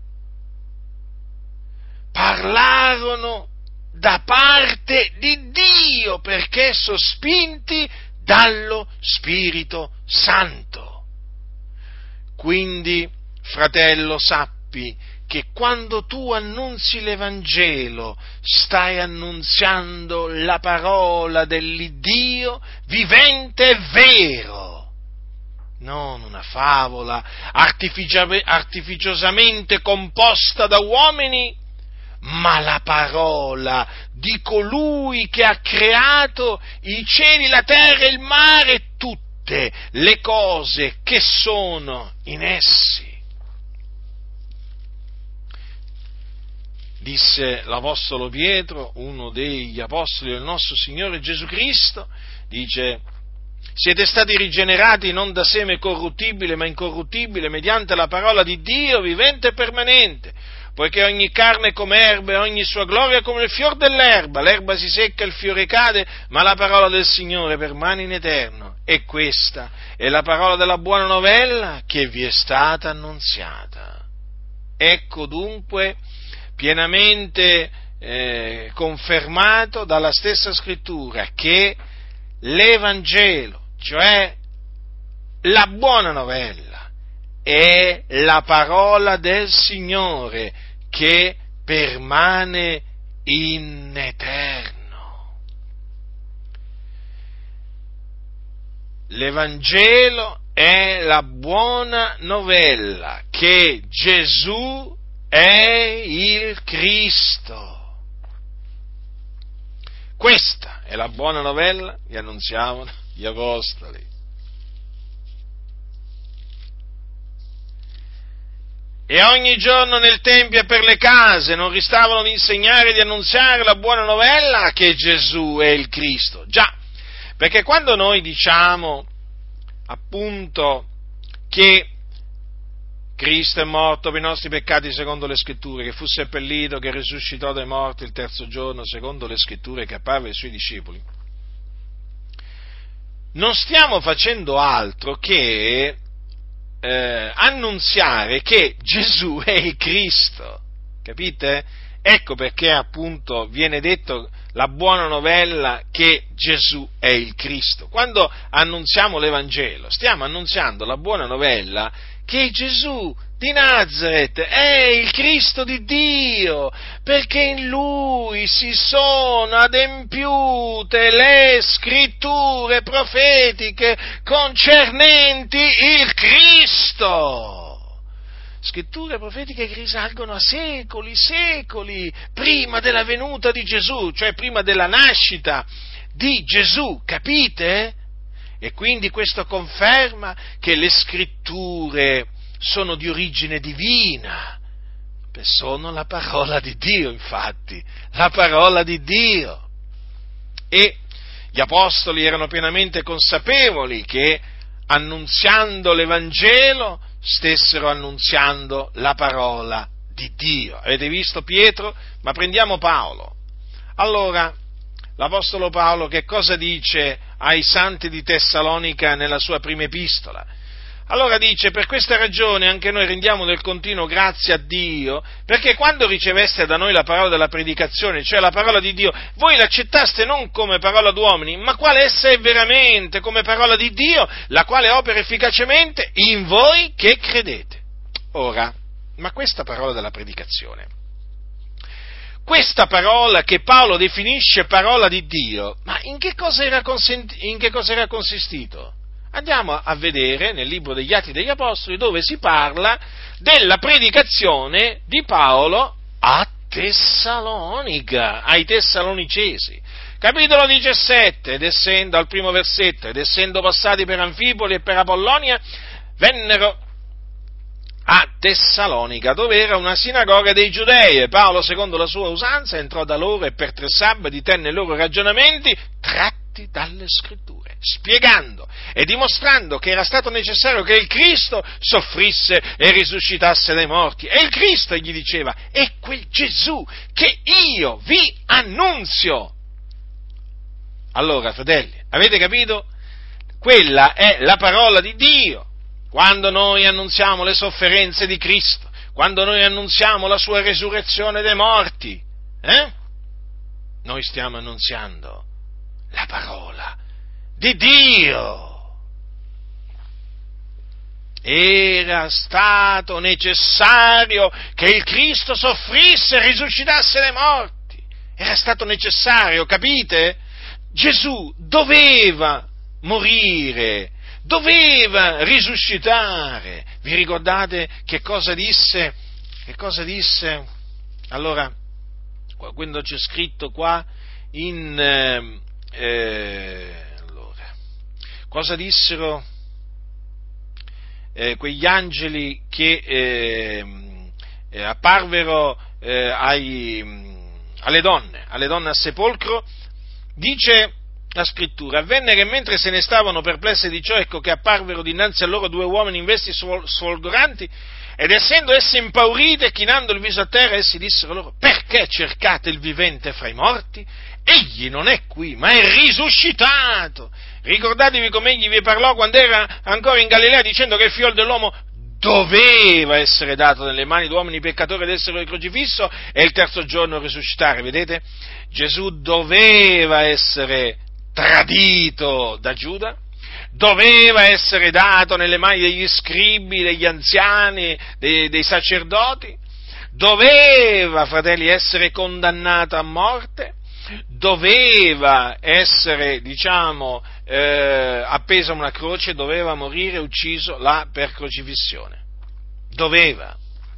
parlarono da parte di Dio, perché sospinti dallo Spirito Santo. Quindi, fratello, sappi che quando tu annunzi l'Evangelo stai annunziando la parola dell'Iddio vivente e vero, non una favola artificiosamente composta da uomini, ma la parola di colui che ha creato i cieli, la terra, il mare e tutte le cose che sono in essi. disse l'Apostolo Pietro, uno degli Apostoli del nostro Signore Gesù Cristo, dice: siete stati rigenerati non da seme corruttibile ma incorruttibile, mediante la parola di Dio vivente e permanente, poiché ogni carne è come erba e ogni sua gloria è come il fior dell'erba, l'erba si secca e il fiore cade, ma la parola del Signore permane in eterno. E questa è la parola della buona novella che vi è stata annunziata. Ecco dunque pienamente eh, confermato dalla stessa Scrittura che l'Evangelo, cioè la buona novella, è la parola del Signore che permane in eterno. L'Evangelo è la buona novella che Gesù è il Cristo. Questa è la buona novella che annunziavano gli Apostoli. E ogni giorno nel Tempio e per le case non ristavano di insegnare e di annunziare la buona novella che Gesù è il Cristo. Già, perché quando noi diciamo appunto che Cristo è morto per i nostri peccati secondo le Scritture, che fu seppellito, che risuscitò dai morti il terzo giorno secondo le Scritture, che apparve ai suoi discepoli, non stiamo facendo altro che eh, annunziare che Gesù è il Cristo, capite? Ecco perché appunto viene detto la buona novella che Gesù è il Cristo. Quando annunziamo l'Evangelo, stiamo annunziando la buona novella che Gesù di Nazaret è il Cristo di Dio, perché in Lui si sono adempiute le scritture profetiche concernenti il Cristo. Scritture profetiche che risalgono a secoli, secoli prima della venuta di Gesù, cioè prima della nascita di Gesù, capite? E quindi questo conferma che le scritture sono di origine divina, sono la parola di Dio, infatti, la parola di Dio. E gli apostoli erano pienamente consapevoli che annunziando l'Evangelo stessero annunziando la parola di Dio. Avete visto Pietro? Ma prendiamo Paolo. Allora, l'Apostolo Paolo che cosa dice ai santi di Tessalonica nella sua prima epistola? Allora dice: per questa ragione anche noi rendiamo del continuo grazie a Dio, perché quando riceveste da noi la parola della predicazione, cioè la parola di Dio, voi l'accettaste non come parola d'uomini, ma quale essa è veramente, come parola di Dio, la quale opera efficacemente in voi che credete. Ora, ma questa parola della predicazione, questa parola che Paolo definisce parola di Dio, ma in che cosa era, consent- in che cosa era consistito? Andiamo a vedere nel libro degli Atti degli Apostoli, dove si parla della predicazione di Paolo a Tessalonica, ai Tessalonicesi. Capitolo diciassette, ed essendo al primo versetto, ed essendo passati per Anfipoli e per Apollonia, vennero a Tessalonica, dove era una sinagoga dei Giudei, e Paolo, secondo la sua usanza, entrò da loro e per tre sabati tenne i loro ragionamenti tratti dalle Scritture, spiegando e dimostrando che era stato necessario che il Cristo soffrisse e risuscitasse dai morti. E il Cristo, gli diceva, è quel Gesù che io vi annunzio. Allora, fratelli, avete capito? Quella è la parola di Dio. Quando noi annunziamo le sofferenze di Cristo, quando noi annunziamo la sua resurrezione dai morti, eh? Noi stiamo annunziando la parola di Dio. Era stato necessario che il Cristo soffrisse e risuscitasse dai morti. Era stato necessario, capite? Gesù doveva morire, doveva risuscitare. Vi ricordate che cosa disse? Che cosa disse? Allora, quando c'è scritto qua in eh, eh, allora, cosa dissero eh, quegli angeli che eh, eh, apparvero eh, ai, alle donne, alle donne al sepolcro, dice la scrittura: avvenne che mentre se ne stavano perplesse di ciò, ecco che apparvero dinanzi a loro due uomini in vesti sfolgoranti, ed essendo essi impauriti e chinando il viso a terra, essi dissero loro: perché cercate il vivente fra i morti? Egli non è qui, ma è risuscitato. Ricordatevi come egli vi parlò quando era ancora in Galilea, dicendo che il figlio dell'uomo doveva essere dato nelle mani di uomini peccatori ed essere crocifisso e il terzo giorno risuscitare. Vedete? Gesù doveva essere tradito da Giuda, doveva essere dato nelle mani degli scribi, degli anziani, dei, dei sacerdoti, doveva, fratelli, essere condannato a morte, doveva essere, diciamo, eh, appeso a una croce, doveva morire ucciso là per crocifissione. Doveva.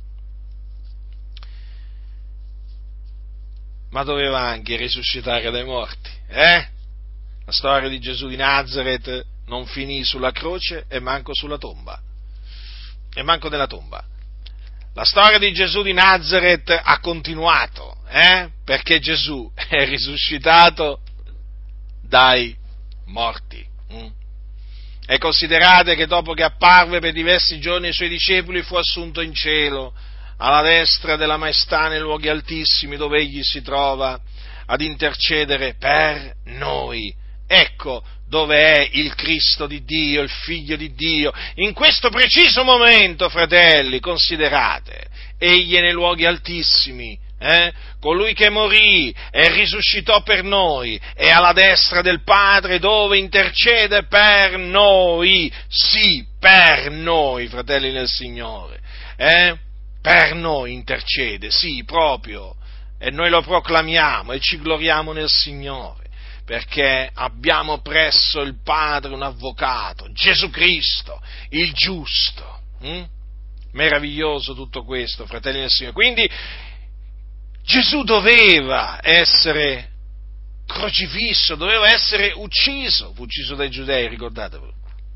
Ma doveva anche risuscitare dai morti, eh? La storia di Gesù di Nazaret non finì sulla croce e manco sulla tomba, e manco nella tomba. La storia di Gesù di Nazaret ha continuato, eh? Perché Gesù è risuscitato dai morti. Mm? E considerate che dopo che apparve per diversi giorni ai suoi discepoli, fu assunto in cielo, alla destra della maestà nei luoghi altissimi, dove egli si trova ad intercedere per noi. Ecco dove è il Cristo di Dio, il Figlio di Dio. In questo preciso momento, fratelli, considerate, egli è nei luoghi altissimi, eh? Colui che morì e risuscitò per noi, è alla destra del Padre dove intercede per noi, sì, per noi, fratelli nel Signore, eh? Per noi intercede, sì, proprio, e noi lo proclamiamo e ci gloriamo nel Signore, perché abbiamo presso il Padre un avvocato, Gesù Cristo, il giusto. Hm? Meraviglioso tutto questo, fratelli del Signore. Quindi Gesù doveva essere crocifisso, doveva essere ucciso, fu ucciso dai giudei, ricordatevelo,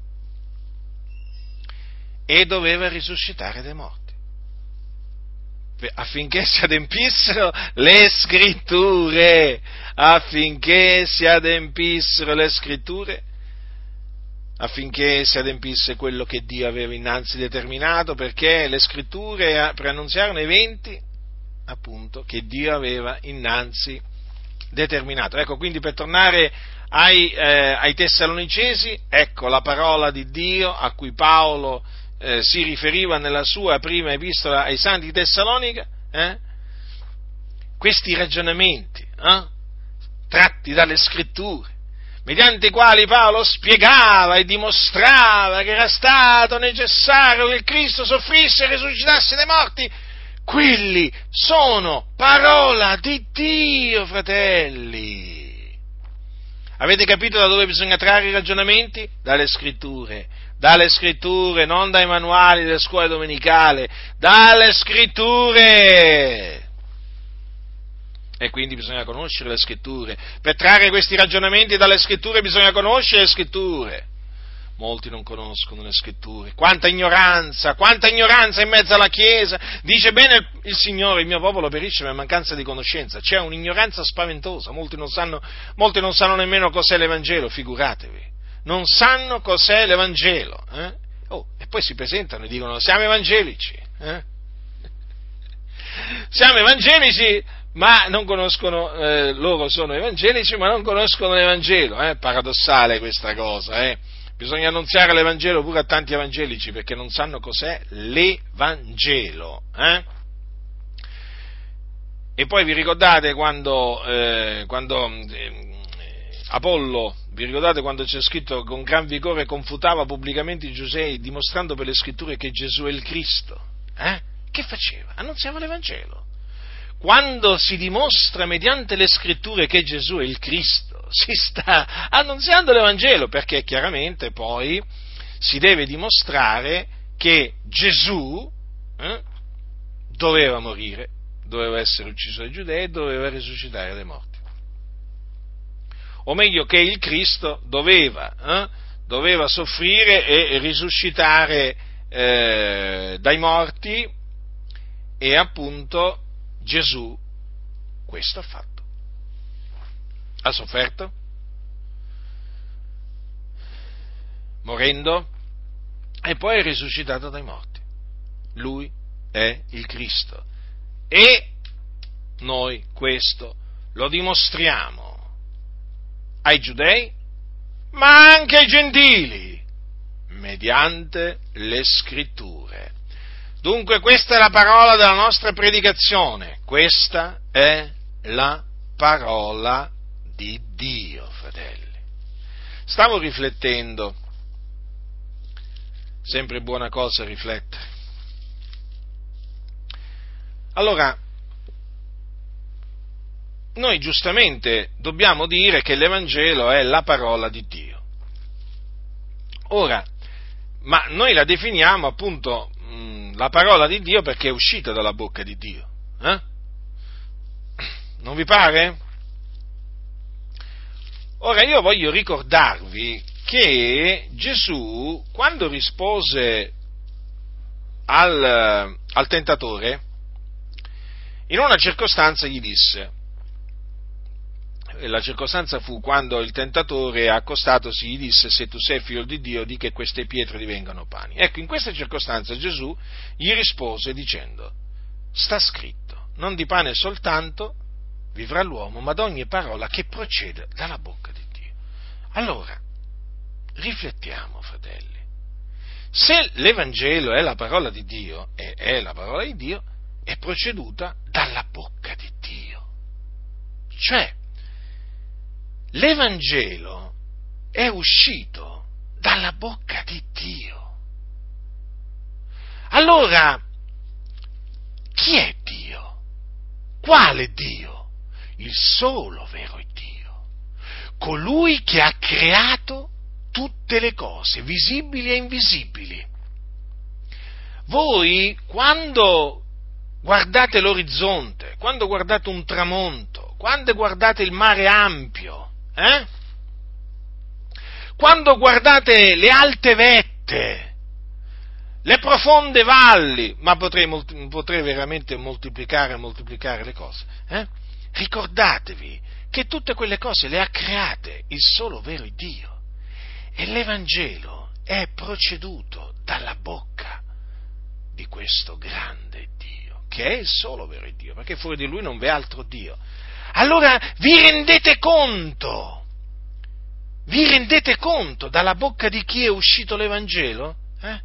e doveva risuscitare dai morti, affinché si adempissero le scritture, affinché si adempissero le scritture, affinché si adempisse quello che Dio aveva innanzi determinato, perché le scritture preannunziarono eventi, appunto, che Dio aveva innanzi determinato. Ecco, quindi per tornare ai, eh, ai Tessalonicesi, ecco la parola di Dio a cui Paolo Eh, si riferiva nella sua prima epistola ai Santi di Tessalonica, eh? Questi ragionamenti eh? tratti dalle scritture, mediante i quali Paolo spiegava e dimostrava che era stato necessario che il Cristo soffrisse e risuscitasse dai morti, quelli sono parola di Dio, fratelli. Avete capito da dove bisogna trarre i ragionamenti? Dalle scritture. Dalle scritture, non dai manuali delle scuole domenicali, dalle scritture. E quindi bisogna conoscere le scritture. Per trarre questi ragionamenti dalle scritture bisogna conoscere le scritture. Molti non conoscono le scritture. Quanta ignoranza, quanta ignoranza in mezzo alla Chiesa. Dice bene il, il Signore: il mio popolo perisce per mancanza di conoscenza. C'è un'ignoranza spaventosa. Molti non sanno, molti non sanno nemmeno cos'è l'Evangelo, figuratevi. Non sanno cos'è l'Evangelo, eh? Oh, e poi si presentano e dicono: siamo evangelici, eh? Siamo evangelici, ma non conoscono, eh, loro sono evangelici, ma non conoscono l'Evangelo, eh? Paradossale questa cosa, eh? Bisogna annunziare l'Evangelo pure a tanti evangelici, perché non sanno cos'è l'Evangelo, eh? E poi vi ricordate quando, eh, quando eh, Apollo, vi ricordate quando c'è scritto: con gran vigore confutava pubblicamente i giudei, dimostrando per le scritture che Gesù è il Cristo? Eh? Che faceva? Annunziava l'Evangelo. Quando si dimostra mediante le scritture che Gesù è il Cristo, si sta annunziando l'Evangelo, perché chiaramente poi si deve dimostrare che Gesù eh, doveva morire, doveva essere ucciso dai giudei e doveva risuscitare dai morti. O meglio, che il Cristo doveva, eh, doveva soffrire e risuscitare eh, dai morti, e appunto Gesù questo ha fatto. Ha sofferto, morendo, e poi è risuscitato dai morti. Lui è il Cristo. E noi questo lo dimostriamo ai giudei, ma anche ai gentili, mediante le Scritture. Dunque questa è la parola della nostra predicazione, questa è la parola di Dio, fratelli. Stavo riflettendo, sempre buona cosa riflettere. Allora, noi giustamente dobbiamo dire che l'Evangelo è la parola di Dio. Ora, ma noi la definiamo appunto mh, la parola di Dio perché è uscita dalla bocca di Dio. Eh? Non vi pare? Ora io voglio ricordarvi che Gesù, quando rispose al, al tentatore, in una circostanza gli disse, e la circostanza fu quando il tentatore, accostatosi, gli disse: se tu sei figlio di Dio, di che queste pietre divengano pani. Ecco, in questa circostanza Gesù gli rispose dicendo: sta scritto, non di pane soltanto vivrà l'uomo, ma d'ogni parola che procede dalla bocca di Dio. Allora, riflettiamo, fratelli. Se l'Evangelo è la parola di Dio, e è la parola di Dio, è proceduta dalla bocca di Dio. Cioè, l'Evangelo è uscito dalla bocca di Dio. Allora, chi è Dio? Quale Dio? Il solo vero Dio. Colui che ha creato tutte le cose, visibili e invisibili. Voi, quando guardate l'orizzonte, quando guardate un tramonto, quando guardate il mare ampio, eh? quando guardate le alte vette, le profonde valli, ma potrei, potrei veramente moltiplicare e moltiplicare le cose, eh? ricordatevi che tutte quelle cose le ha create il solo vero Dio, e l'Evangelo è proceduto dalla bocca di questo grande Dio, che è il solo vero Dio, perché fuori di Lui non v'è altro Dio. Allora vi rendete conto, vi rendete conto dalla bocca di chi è uscito l'Evangelo? Eh?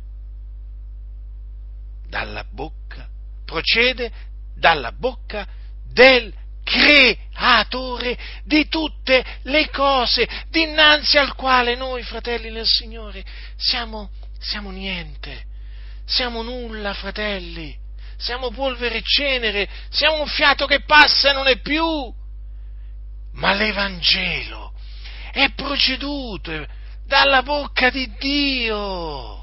Dalla bocca, procede dalla bocca del Creatore di tutte le cose, dinanzi al quale noi, fratelli nel Signore, siamo, siamo niente, siamo nulla, fratelli, siamo polvere e cenere, siamo un fiato che passa e non è più. Ma l'Evangelo è proceduto dalla bocca di Dio.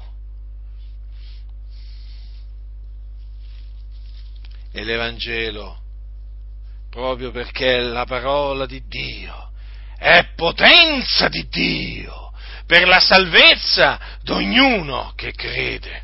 E l'Evangelo, proprio perché è la parola di Dio, è potenza di Dio per la salvezza di ognuno che crede.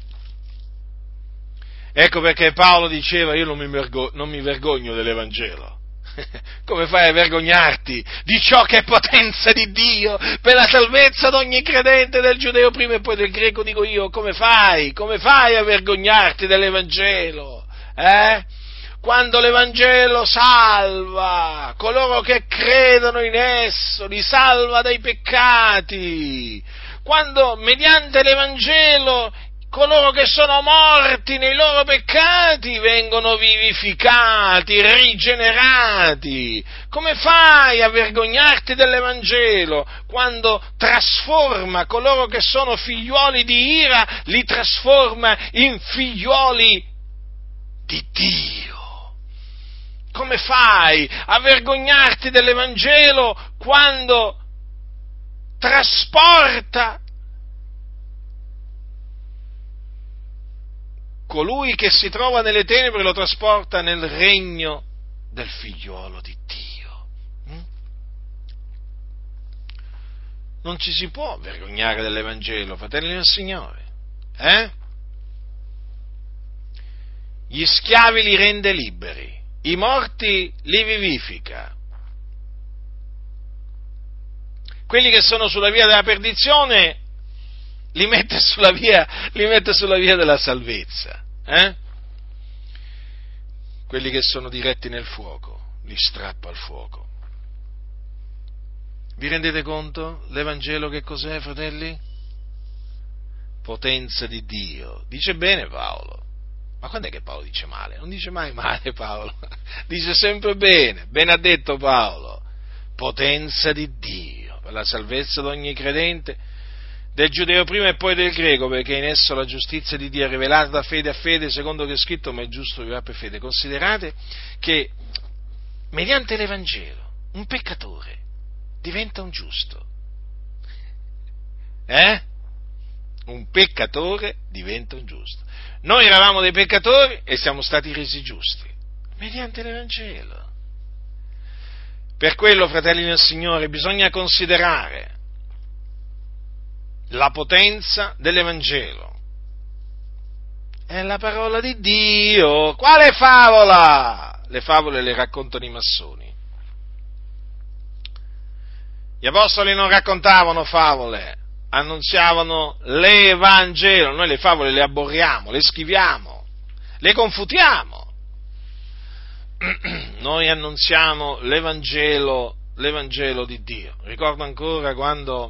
Ecco perché Paolo diceva: io non mi, vergo- non mi vergogno dell'Evangelo. Come fai a vergognarti di ciò che è potenza di Dio per la salvezza di ogni credente, del giudeo prima e poi del greco, dico io? Come fai? Come fai a vergognarti dell'Evangelo? Eh? Quando l'Evangelo salva coloro che credono in esso, li salva dai peccati. Quando mediante l'Evangelo coloro che sono morti nei loro peccati vengono vivificati, rigenerati. Come fai a vergognarti dell'Evangelo quando trasforma coloro che sono figliuoli di ira, li trasforma in figliuoli di Dio? Come fai a vergognarti dell'Evangelo quando trasporta colui che si trova nelle tenebre, lo trasporta nel regno del figliuolo di Dio? Mm? Non ci si può vergognare dell'Evangelo, fratelli del Signore. Eh? Gli schiavi li rende liberi, i morti li vivifica, quelli che sono sulla via della perdizione li mette sulla via, li mette sulla via della salvezza, eh? Quelli che sono diretti nel fuoco li strappa al fuoco. Vi rendete conto? L'Evangelo che cos'è, fratelli? Potenza di Dio. Dice bene Paolo. Ma quando è che Paolo dice male? Non dice mai male Paolo. Dice sempre bene. Ben ha detto Paolo. Potenza di Dio per la salvezza di ogni credente, del giudeo prima e poi del greco, perché in esso la giustizia di Dio è rivelata da fede a fede, secondo che è scritto, ma il giusto vivrà per fede. Considerate che mediante l'Evangelo un peccatore diventa un giusto. Eh? Un peccatore diventa un giusto. Noi eravamo dei peccatori e siamo stati resi giusti mediante l'Evangelo. Per quello, fratelli del Signore, bisogna considerare la potenza dell'Evangelo. È la parola di Dio. Quale favola? Le favole le raccontano i massoni. Gli apostoli non raccontavano favole, annunziavano l'Evangelo. Noi le favole le aborriamo, le schiviamo, le confutiamo. Noi annunziamo l'Evangelo, l'Evangelo di Dio. Ricordo ancora quando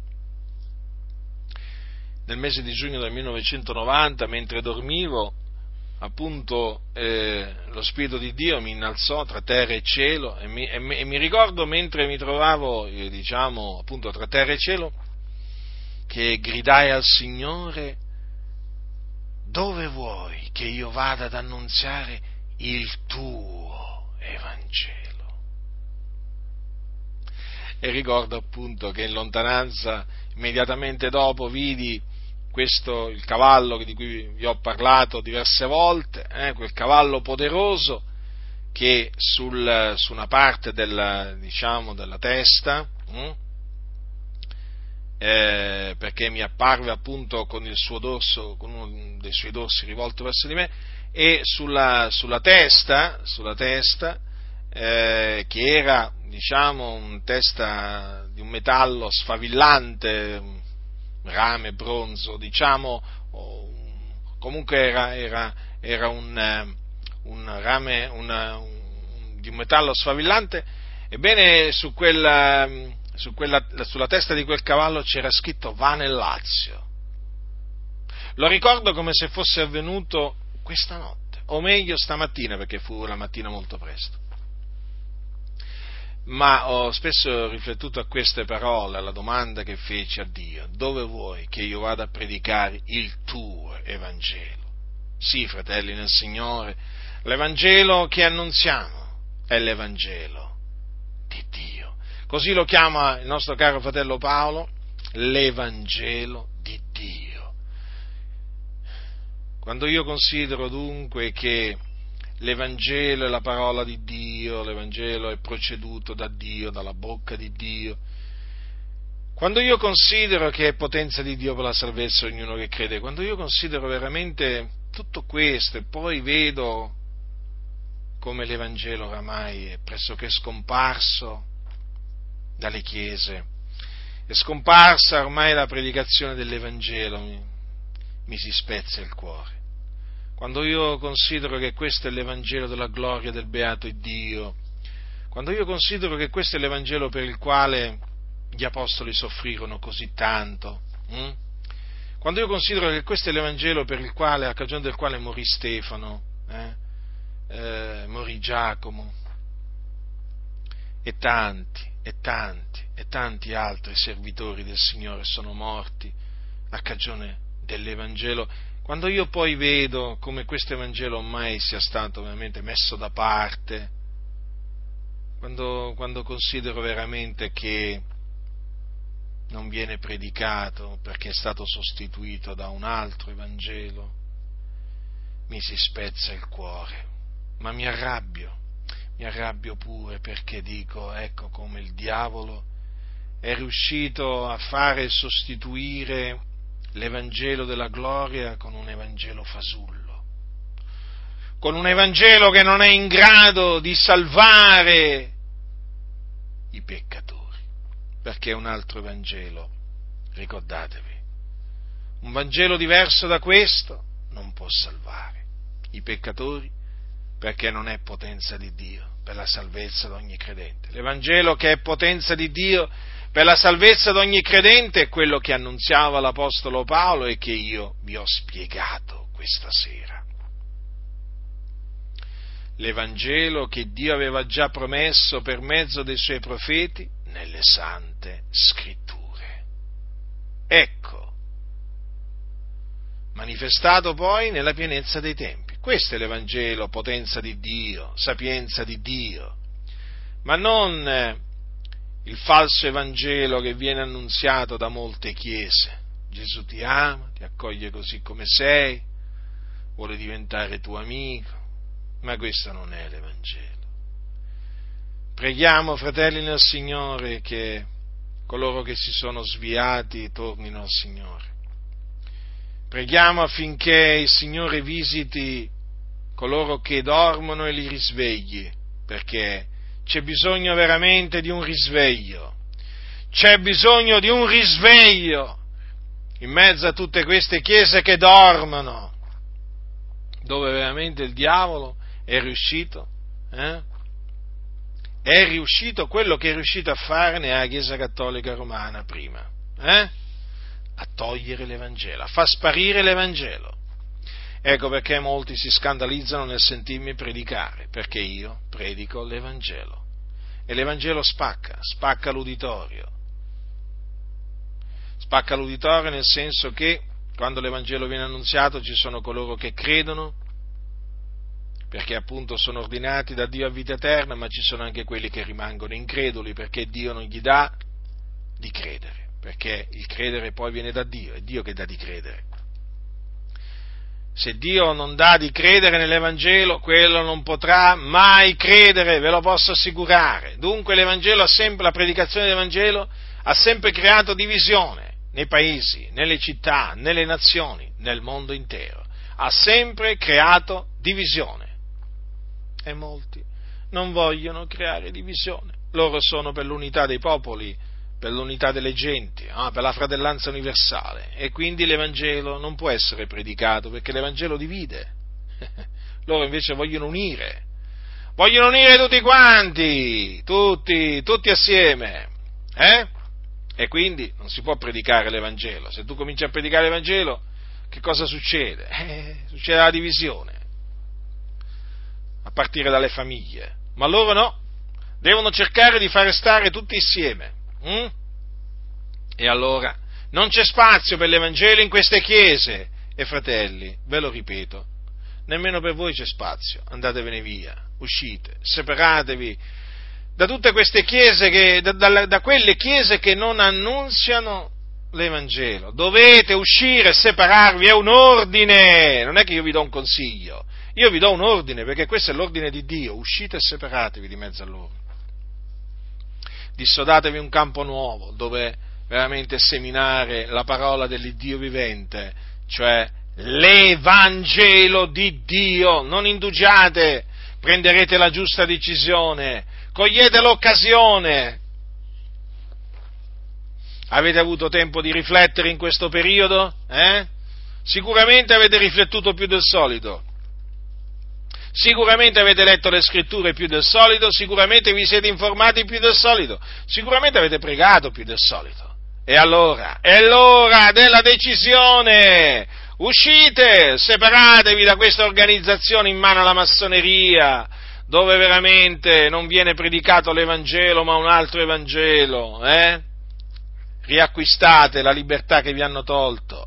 nel mese di giugno del millenovecentonovanta, mentre dormivo, appunto eh, lo Spirito di Dio mi innalzò tra terra e cielo e mi, e mi, e mi ricordo mentre mi trovavo, eh, diciamo, appunto tra terra e cielo, che gridai al Signore: dove vuoi che io vada ad annunziare il tuo Evangelo? E ricordo appunto che in lontananza, immediatamente dopo, vidi questo, il cavallo di cui vi ho parlato diverse volte, eh, quel cavallo poderoso che sul, su una parte della, diciamo, della testa, hm, eh, perché mi apparve appunto con il suo dorso, con uno dei suoi dorsi rivolto verso di me, e sulla, sulla testa, sulla testa eh, che era, diciamo, un testa di un metallo sfavillante, rame, bronzo, diciamo, comunque era, era, era un, un rame una, un, di un metallo sfavillante. Ebbene, su quella, su quella, sulla testa di quel cavallo c'era scritto Va nel Lazio. Lo ricordo come se fosse avvenuto questa notte, o meglio stamattina, perché fu la mattina molto presto. Ma ho spesso riflettuto a queste parole, alla domanda che feci a Dio: dove vuoi che io vada a predicare il tuo Evangelo? Sì, fratelli nel Signore, l'Evangelo che annunziamo è l'Evangelo di Dio. Così lo chiama il nostro caro fratello Paolo, l'Evangelo di Dio. Quando io considero dunque che l'Evangelo è la parola di Dio, l'Evangelo è proceduto da Dio, dalla bocca di Dio, quando io considero che è potenza di Dio per la salvezza di ognuno che crede, quando io considero veramente tutto questo e poi vedo come l'Evangelo oramai è pressoché scomparso dalle chiese, è scomparsa ormai la predicazione dell'Evangelo, mi, mi si spezza il cuore. Quando io considero che questo è l'Evangelo della gloria del beato Dio, quando io considero che questo è l'Evangelo per il quale gli apostoli soffrirono così tanto, hm? quando io considero che questo è l'Evangelo per il quale, a cagione del quale morì Stefano, eh? Eh, morì Giacomo, e tanti, e tanti, e tanti altri servitori del Signore sono morti a cagione dell'Evangelo. Quando io poi vedo come questo Evangelo ormai sia stato veramente messo da parte, quando, quando considero veramente che non viene predicato perché è stato sostituito da un altro Evangelo, mi si spezza il cuore, ma mi arrabbio, mi arrabbio pure perché dico, ecco come il diavolo è riuscito a fare sostituire l'Evangelo della gloria con un Evangelo fasullo, con un Evangelo che non è in grado di salvare i peccatori, perché è un altro Evangelo, ricordatevi, un Vangelo diverso da questo non può salvare i peccatori, perché non è potenza di Dio per la salvezza di ogni credente. L'Evangelo che è potenza di Dio per la salvezza di ogni credente è quello che annunziava l'Apostolo Paolo e che io vi ho spiegato questa sera. L'Evangelo che Dio aveva già promesso per mezzo dei Suoi profeti nelle Sante Scritture. Ecco, manifestato poi nella pienezza dei tempi. Questo è l'Evangelo, potenza di Dio, sapienza di Dio, ma non eh, il falso Evangelo che viene annunziato da molte chiese. Gesù ti ama, ti accoglie così come sei, vuole diventare tuo amico, ma questo non è l'Evangelo. Preghiamo, fratelli nel Signore, che coloro che si sono sviati tornino al Signore. Preghiamo affinché il Signore visiti coloro che dormono e li risvegli, perché c'è bisogno veramente di un risveglio, c'è bisogno di un risveglio in mezzo a tutte queste chiese che dormono, dove veramente il diavolo è riuscito, eh? è riuscito quello che è riuscito a fare nella Chiesa Cattolica Romana prima, eh? a togliere l'Evangelo, a far sparire l'Evangelo. Ecco perché molti si scandalizzano nel sentirmi predicare, perché io predico l'Evangelo. E l'Evangelo spacca, spacca l'uditorio. Spacca l'uditorio nel senso che quando l'Evangelo viene annunziato ci sono coloro che credono, perché appunto sono ordinati da Dio a vita eterna, ma ci sono anche quelli che rimangono increduli perché Dio non gli dà di credere, perché il credere poi viene da Dio, è Dio che dà di credere. Se Dio non dà di credere nell'Evangelo, quello non potrà mai credere, ve lo posso assicurare. Dunque l'Evangelo ha sempre, la predicazione dell'Evangelo ha sempre creato divisione nei paesi, nelle città, nelle nazioni, nel mondo intero. Ha sempre creato divisione. E molti non vogliono creare divisione. Loro sono per l'unità dei popoli, per l'unità delle genti, ah, per la fratellanza universale, e quindi l'Evangelo non può essere predicato perché l'Evangelo divide. Loro invece vogliono unire, vogliono unire tutti quanti, tutti, tutti assieme, eh? E quindi non si può predicare l'Evangelo. Se tu cominci a predicare l'Evangelo, che cosa succede? Eh, succede la divisione, a partire dalle famiglie, ma loro no, devono cercare di fare stare tutti insieme. Mm? E allora non c'è spazio per l'Evangelo in queste chiese, e fratelli, ve lo ripeto, nemmeno per voi c'è spazio, andatevene via, uscite, separatevi da tutte queste chiese, che, da, da, da quelle chiese che non annunziano l'Evangelo. Dovete uscire e separarvi, è un ordine, non è che io vi do un consiglio, io vi do un ordine, perché questo è l'ordine di Dio, uscite e separatevi di mezzo a loro. Dissodatevi un campo nuovo dove veramente seminare la parola dell'Iddio vivente, cioè l'Evangelo di Dio. Non indugiate, prenderete la giusta decisione, cogliete l'occasione. Avete avuto tempo di riflettere in questo periodo? Eh? Sicuramente avete riflettuto più del solito. Sicuramente avete letto le scritture più del solito, sicuramente vi siete informati più del solito, sicuramente avete pregato più del solito. E allora, è l'ora della decisione! Uscite, separatevi da questa organizzazione in mano alla massoneria, dove veramente non viene predicato l'Evangelo ma un altro Evangelo, eh? Riacquistate la libertà che vi hanno tolto.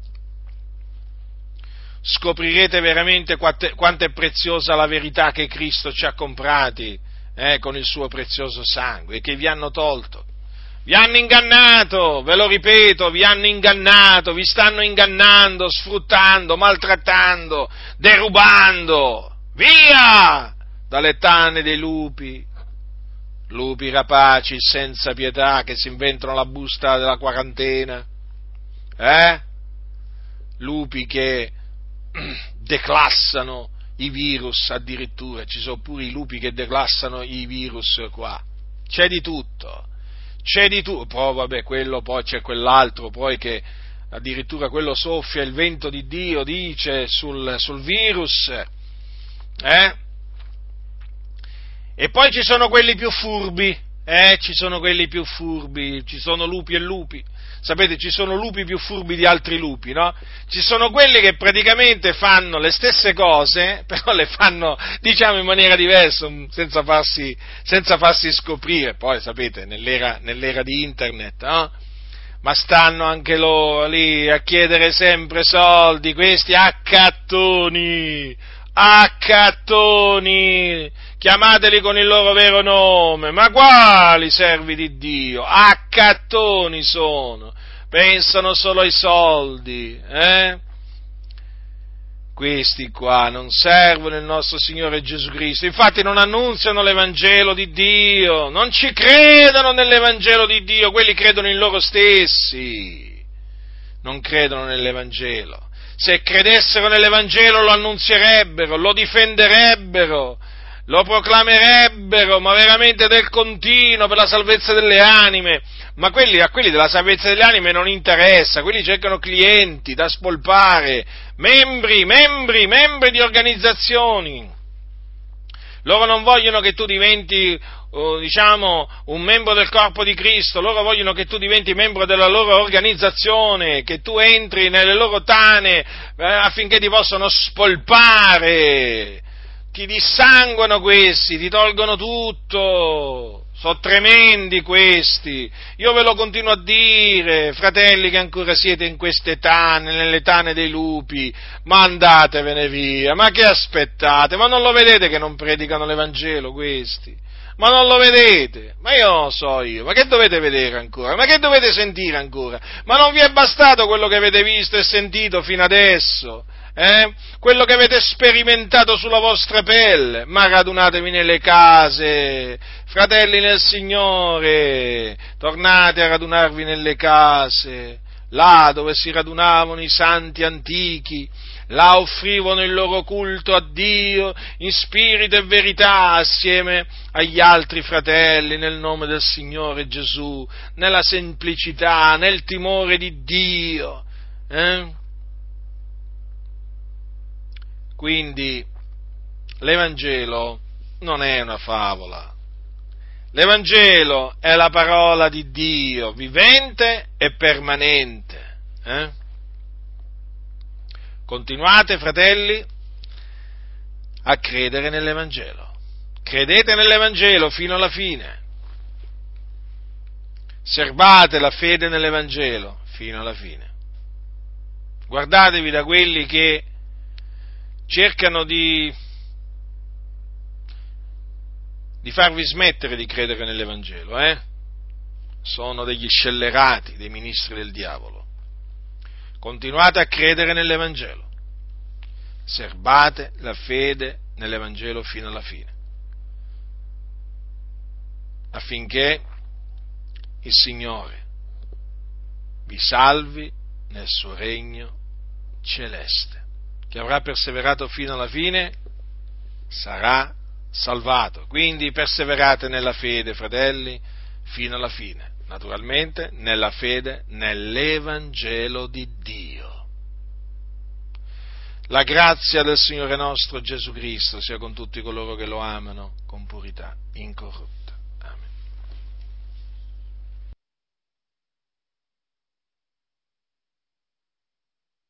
Scoprirete veramente quanto, quanto è preziosa la verità che Cristo ci ha comprati eh, con il suo prezioso sangue e che vi hanno tolto. Vi hanno ingannato, ve lo ripeto, vi hanno ingannato, vi stanno ingannando, sfruttando, maltrattando, derubando. Via dalle tane dei lupi, lupi rapaci senza pietà che si inventano la busta della quarantena, eh? Lupi che declassano i virus addirittura, ci sono pure i lupi che declassano i virus qua, c'è di tutto, c'è di tutto, poi vabbè, quello poi c'è quell'altro poi che addirittura quello soffia il vento di Dio, dice, sul, sul virus, eh? E poi ci sono quelli più furbi, eh, ci sono quelli più furbi, ci sono lupi e lupi, sapete, ci sono lupi più furbi di altri lupi, no? Ci sono quelli che praticamente fanno le stesse cose, però le fanno, diciamo, in maniera diversa, senza farsi, senza farsi scoprire, poi sapete, nell'era, nell'era di internet, no? Ma stanno anche loro lì a chiedere sempre soldi, questi accattoni, accattoni, chiamateli con il loro vero nome, ma quali servi di Dio? Accattoni sono, pensano solo ai soldi, eh? Questi qua non servono il nostro Signore Gesù Cristo, infatti non annunziano l'Evangelo di Dio, non ci credono nell'Evangelo di Dio, quelli credono in loro stessi, non credono nell'Evangelo. Se credessero nell'Evangelo lo annunzierebbero, lo difenderebbero, lo proclamerebbero, ma veramente del continuo per la salvezza delle anime, ma quelli, a quelli della salvezza delle anime non interessa, quelli cercano clienti da spolpare, membri, membri, membri di organizzazioni. Loro non vogliono che tu diventi, oh, diciamo, un membro del corpo di Cristo, loro vogliono che tu diventi membro della loro organizzazione, che tu entri nelle loro tane eh, affinché ti possano spolpare. Ti dissanguano questi, ti tolgono tutto, sono tremendi questi, io ve lo continuo a dire, fratelli che ancora siete in queste tane, nelle tane dei lupi, ma andatevene via, ma che aspettate, ma non lo vedete che non predicano l'Evangelo questi? Ma non lo vedete? Ma io non lo so io, ma che dovete vedere ancora? Ma che dovete sentire ancora? Ma non vi è bastato quello che avete visto e sentito fino adesso? Eh? Quello che avete sperimentato sulla vostra pelle, ma radunatevi nelle case, fratelli nel Signore, tornate a radunarvi nelle case, là dove si radunavano i santi antichi, là offrivano il loro culto a Dio in spirito e verità assieme agli altri fratelli nel nome del Signore Gesù, nella semplicità, nel timore di Dio, eh? Quindi l'Evangelo non è una favola, l'Evangelo è la parola di Dio, vivente e permanente. Eh? Continuate, fratelli, a credere nell'Evangelo, credete nell'Evangelo fino alla fine, serbate la fede nell'Evangelo fino alla fine, guardatevi da quelli che cercano di, di farvi smettere di credere nell'Evangelo, eh? Sono degli scellerati, dei ministri del diavolo. Continuate a credere nell'Evangelo, serbate la fede nell'Evangelo fino alla fine, affinché il Signore vi salvi nel suo regno celeste. Chi avrà perseverato fino alla fine sarà salvato. Quindi perseverate nella fede, fratelli, fino alla fine. Naturalmente nella fede nell'Evangelo di Dio. La grazia del Signore nostro Gesù Cristo sia con tutti coloro che lo amano con purità incorrotta.